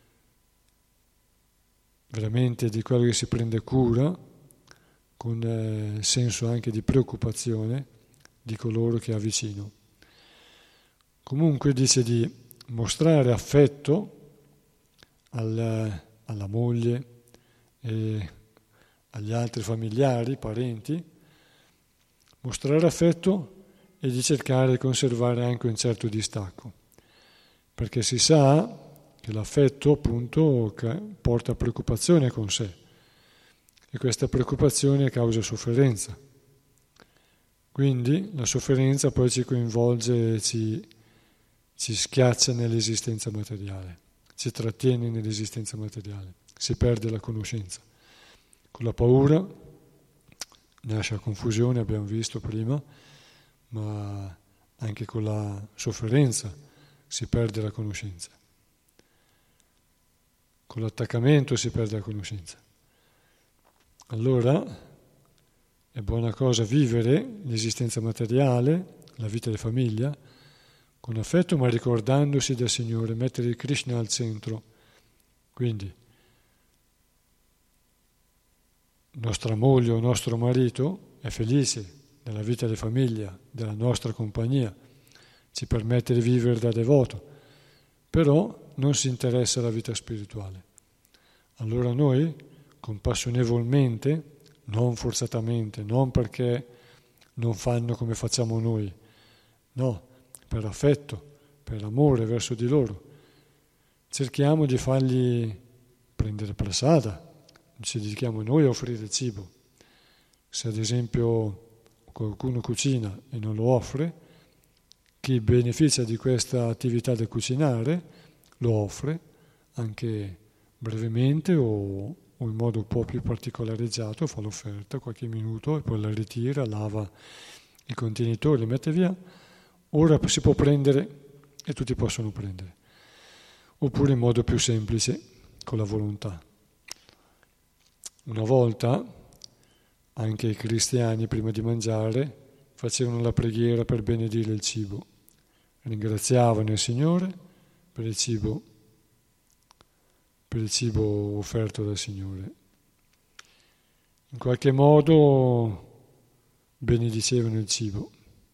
veramente di quello che si prende cura, con senso anche di preoccupazione di coloro che ha vicino. Comunque dice di mostrare affetto alla moglie e agli altri familiari, parenti, mostrare affetto e di cercare di conservare anche un certo distacco, perché si sa che l'affetto appunto porta preoccupazione con sé e questa preoccupazione causa sofferenza. Quindi la sofferenza poi ci coinvolge, ci schiaccia nell'esistenza materiale, ci trattiene nell'esistenza materiale, si perde la conoscenza. Con la paura nasce la confusione, abbiamo visto prima, ma anche con la sofferenza si perde la conoscenza. Con l'attaccamento si perde la conoscenza. Allora è buona cosa vivere l'esistenza materiale, la vita di famiglia, con affetto ma ricordandosi del Signore, mettere il Krishna al centro. Quindi nostra moglie o nostro marito è felice nella vita di famiglia, della nostra compagnia, ci permette di vivere da devoto, però non si interessa alla vita spirituale. Allora noi, compassionevolmente, non forzatamente, non perché non fanno come facciamo noi, no, per affetto, per amore verso di loro, cerchiamo di fargli prendere prasada, ci dedichiamo noi a offrire cibo. Se ad esempio qualcuno cucina e non lo offre, chi beneficia di questa attività del cucinare lo offre anche brevemente o in modo un po' più particolareggiato, fa l'offerta qualche minuto e poi la ritira, lava i contenitori, li mette via. Ora si può prendere e tutti possono prendere. Oppure in modo più semplice, con la volontà. Una volta anche i cristiani prima di mangiare facevano la preghiera per benedire il cibo. Ringraziavano il Signore per il cibo offerto dal Signore. In qualche modo benedicevano il cibo.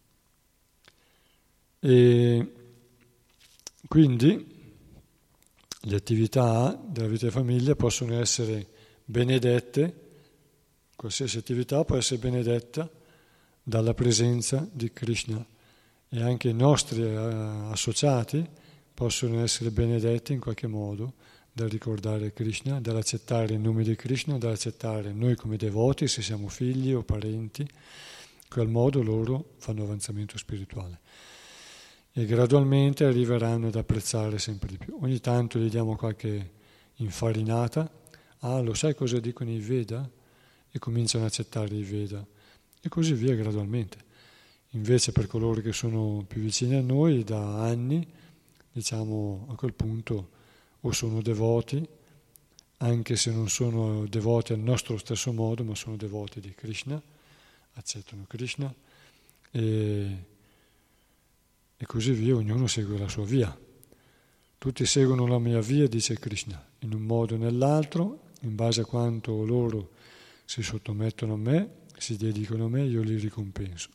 E quindi le attività della vita di famiglia possono essere benedette, qualsiasi attività può essere benedetta dalla presenza di Krishna, e anche i nostri associati possono essere benedetti in qualche modo dal ricordare Krishna, dall'accettare il nome di Krishna, dall'accettare noi come devoti, se siamo figli o parenti. In quel modo loro fanno avanzamento spirituale e gradualmente arriveranno ad apprezzare sempre di più. Ogni tanto gli diamo qualche infarinata, lo sai cosa dicono i Veda? E cominciano ad accettare i Veda e così via gradualmente. Invece per coloro che sono più vicini a noi da anni, diciamo a quel punto o sono devoti, anche se non sono devoti al nostro stesso modo, ma sono devoti di Krishna, accettano Krishna e così via, ognuno segue la sua via. Tutti seguono la mia via, dice Krishna, in un modo o nell'altro, in base a quanto loro si sottomettono a me, si dedicano a me, io li ricompenso.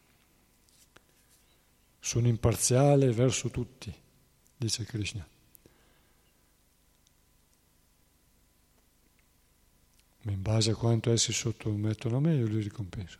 Sono imparziale verso tutti, dice Krishna. Ma in base a quanto essi sottomettono a me, io li ricompenso.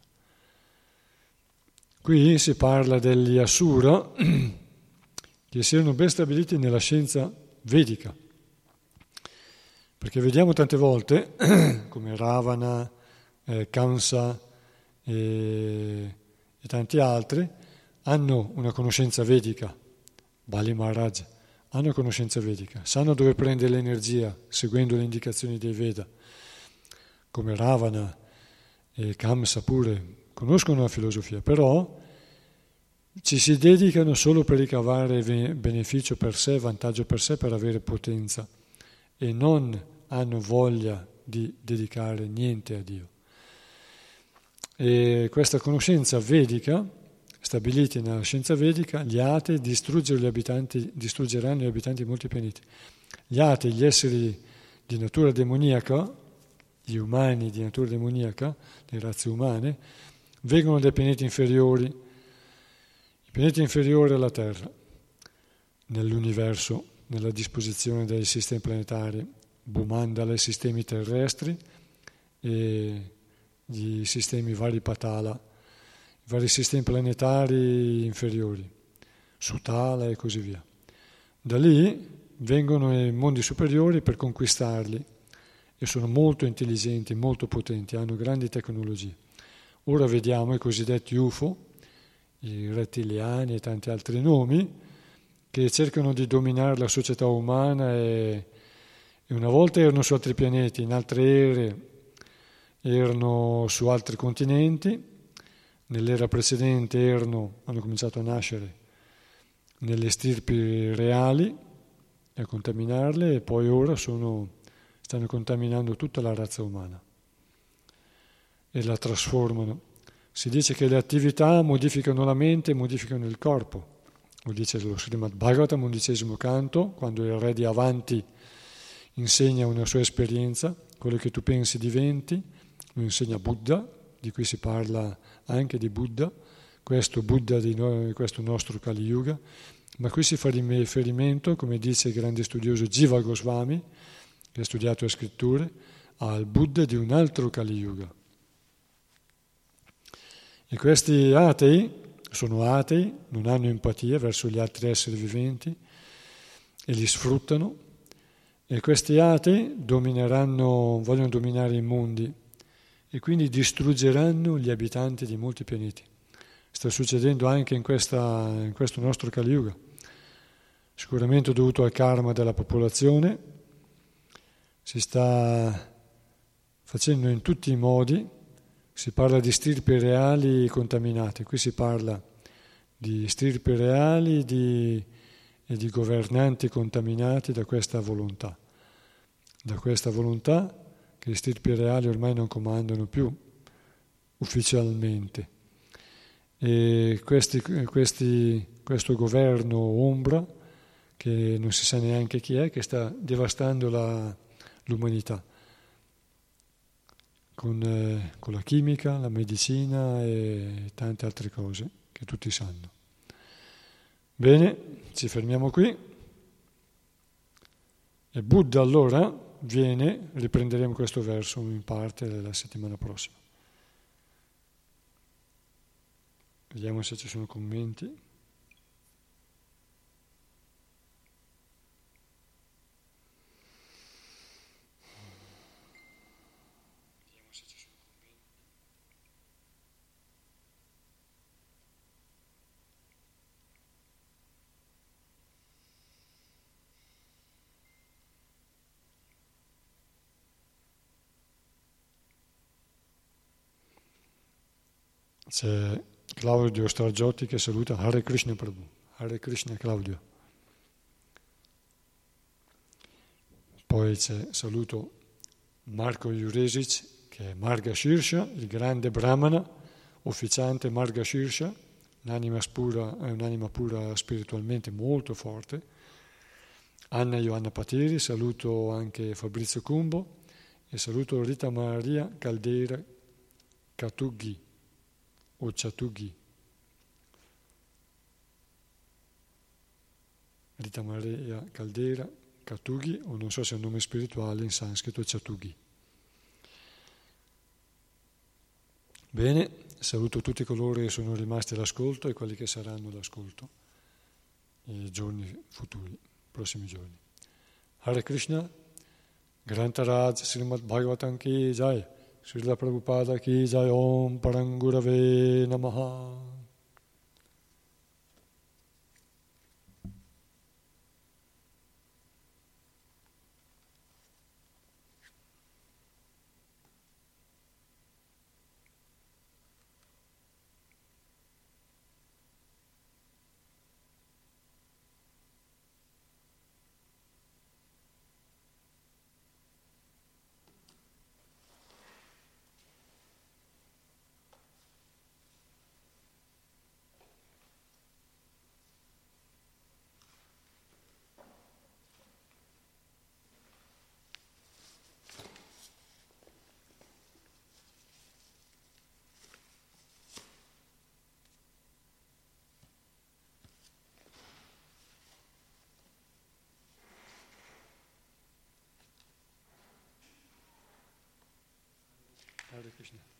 Qui si parla degli Asura che si erano ben stabiliti nella scienza vedica, perché vediamo tante volte come Ravana, Kamsa e tanti altri hanno una conoscenza vedica, Bali Maharaj hanno conoscenza vedica, sanno dove prendere l'energia seguendo le indicazioni dei Veda, come Ravana e Kamsa pure conoscono la filosofia, però ci si dedicano solo per ricavare beneficio per sé, vantaggio per sé, per avere potenza, e non hanno voglia di dedicare niente a Dio. E questa conoscenza vedica, stabiliti nella scienza vedica, gli atei distruggeranno gli abitanti di molti pianeti. Gli atei, gli esseri di natura demoniaca, gli umani di natura demoniaca, le razze umane, vengono dai pianeti inferiori. I pianeti inferiori alla Terra, nell'universo, nella disposizione dei sistemi planetari, Bhumandala, i sistemi terrestri e i sistemi Varipatala, i vari sistemi planetari inferiori, Sutala e così via. Da lì vengono i mondi superiori per conquistarli e sono molto intelligenti, molto potenti, hanno grandi tecnologie. Ora vediamo i cosiddetti UFO, i rettiliani e tanti altri nomi, che cercano di dominare la società umana e una volta erano su altri pianeti, in altre ere erano su altri continenti, nell'era precedente hanno cominciato a nascere nelle stirpi reali e a contaminarle, e poi ora stanno contaminando tutta la razza umana e la trasformano. Si dice che le attività modificano la mente e modificano il corpo. Lo dice lo Srimad Bhagavatam, 11° canto, quando il re di Avanti insegna una sua esperienza, quello che tu pensi diventi, lo insegna Buddha, di cui si parla anche di Buddha, questo Buddha di noi, questo nostro Kali Yuga, ma qui si fa riferimento, come dice il grande studioso Jiva Goswami, che ha studiato le scritture, al Buddha di un altro Kali Yuga. E questi atei sono atei, non hanno empatia verso gli altri esseri viventi e li sfruttano, e questi atei vogliono dominare i mondi e quindi distruggeranno gli abitanti di molti pianeti. Sta succedendo anche in questo nostro Kali Yuga, sicuramente dovuto al karma della popolazione. Si sta facendo in tutti i modi, si parla di stirpi reali contaminate, qui si parla di stirpi reali e di governanti contaminati da questa volontà che gli stirpi reali ormai non comandano più ufficialmente. E questo governo ombra, che non si sa neanche chi è, che sta devastando l'umanità con la chimica, la medicina e tante altre cose che tutti sanno. Bene, ci fermiamo qui. E Buddha allora riprenderemo questo verso in parte la settimana prossima. Vediamo se ci sono commenti. C'è Claudio Stragiotti che saluta Hare Krishna Prabhu. Hare Krishna Claudio. Poi saluto Marco Juresic che è Marga Shirsha, il grande brahmana, officiante Marga Shirsha, un'anima pura spiritualmente molto forte. Anna Ioanna Patiri, saluto anche Fabrizio Cumbo e saluto Rita Maria Caldeira Catughi o Chatughi. Rita Maria Caldeira Catughi, o non so se è un nome spirituale in sanscrito, Chatughi. Bene, saluto tutti coloro che sono rimasti all'ascolto e quelli che saranno all'ascolto nei giorni futuri, prossimi giorni. Hare Krishna, Grantaraj Srimad Bhagavatam ki jai, Srila Prabhupada ki jai, Om Parangurave Namaha. Hare Krishna.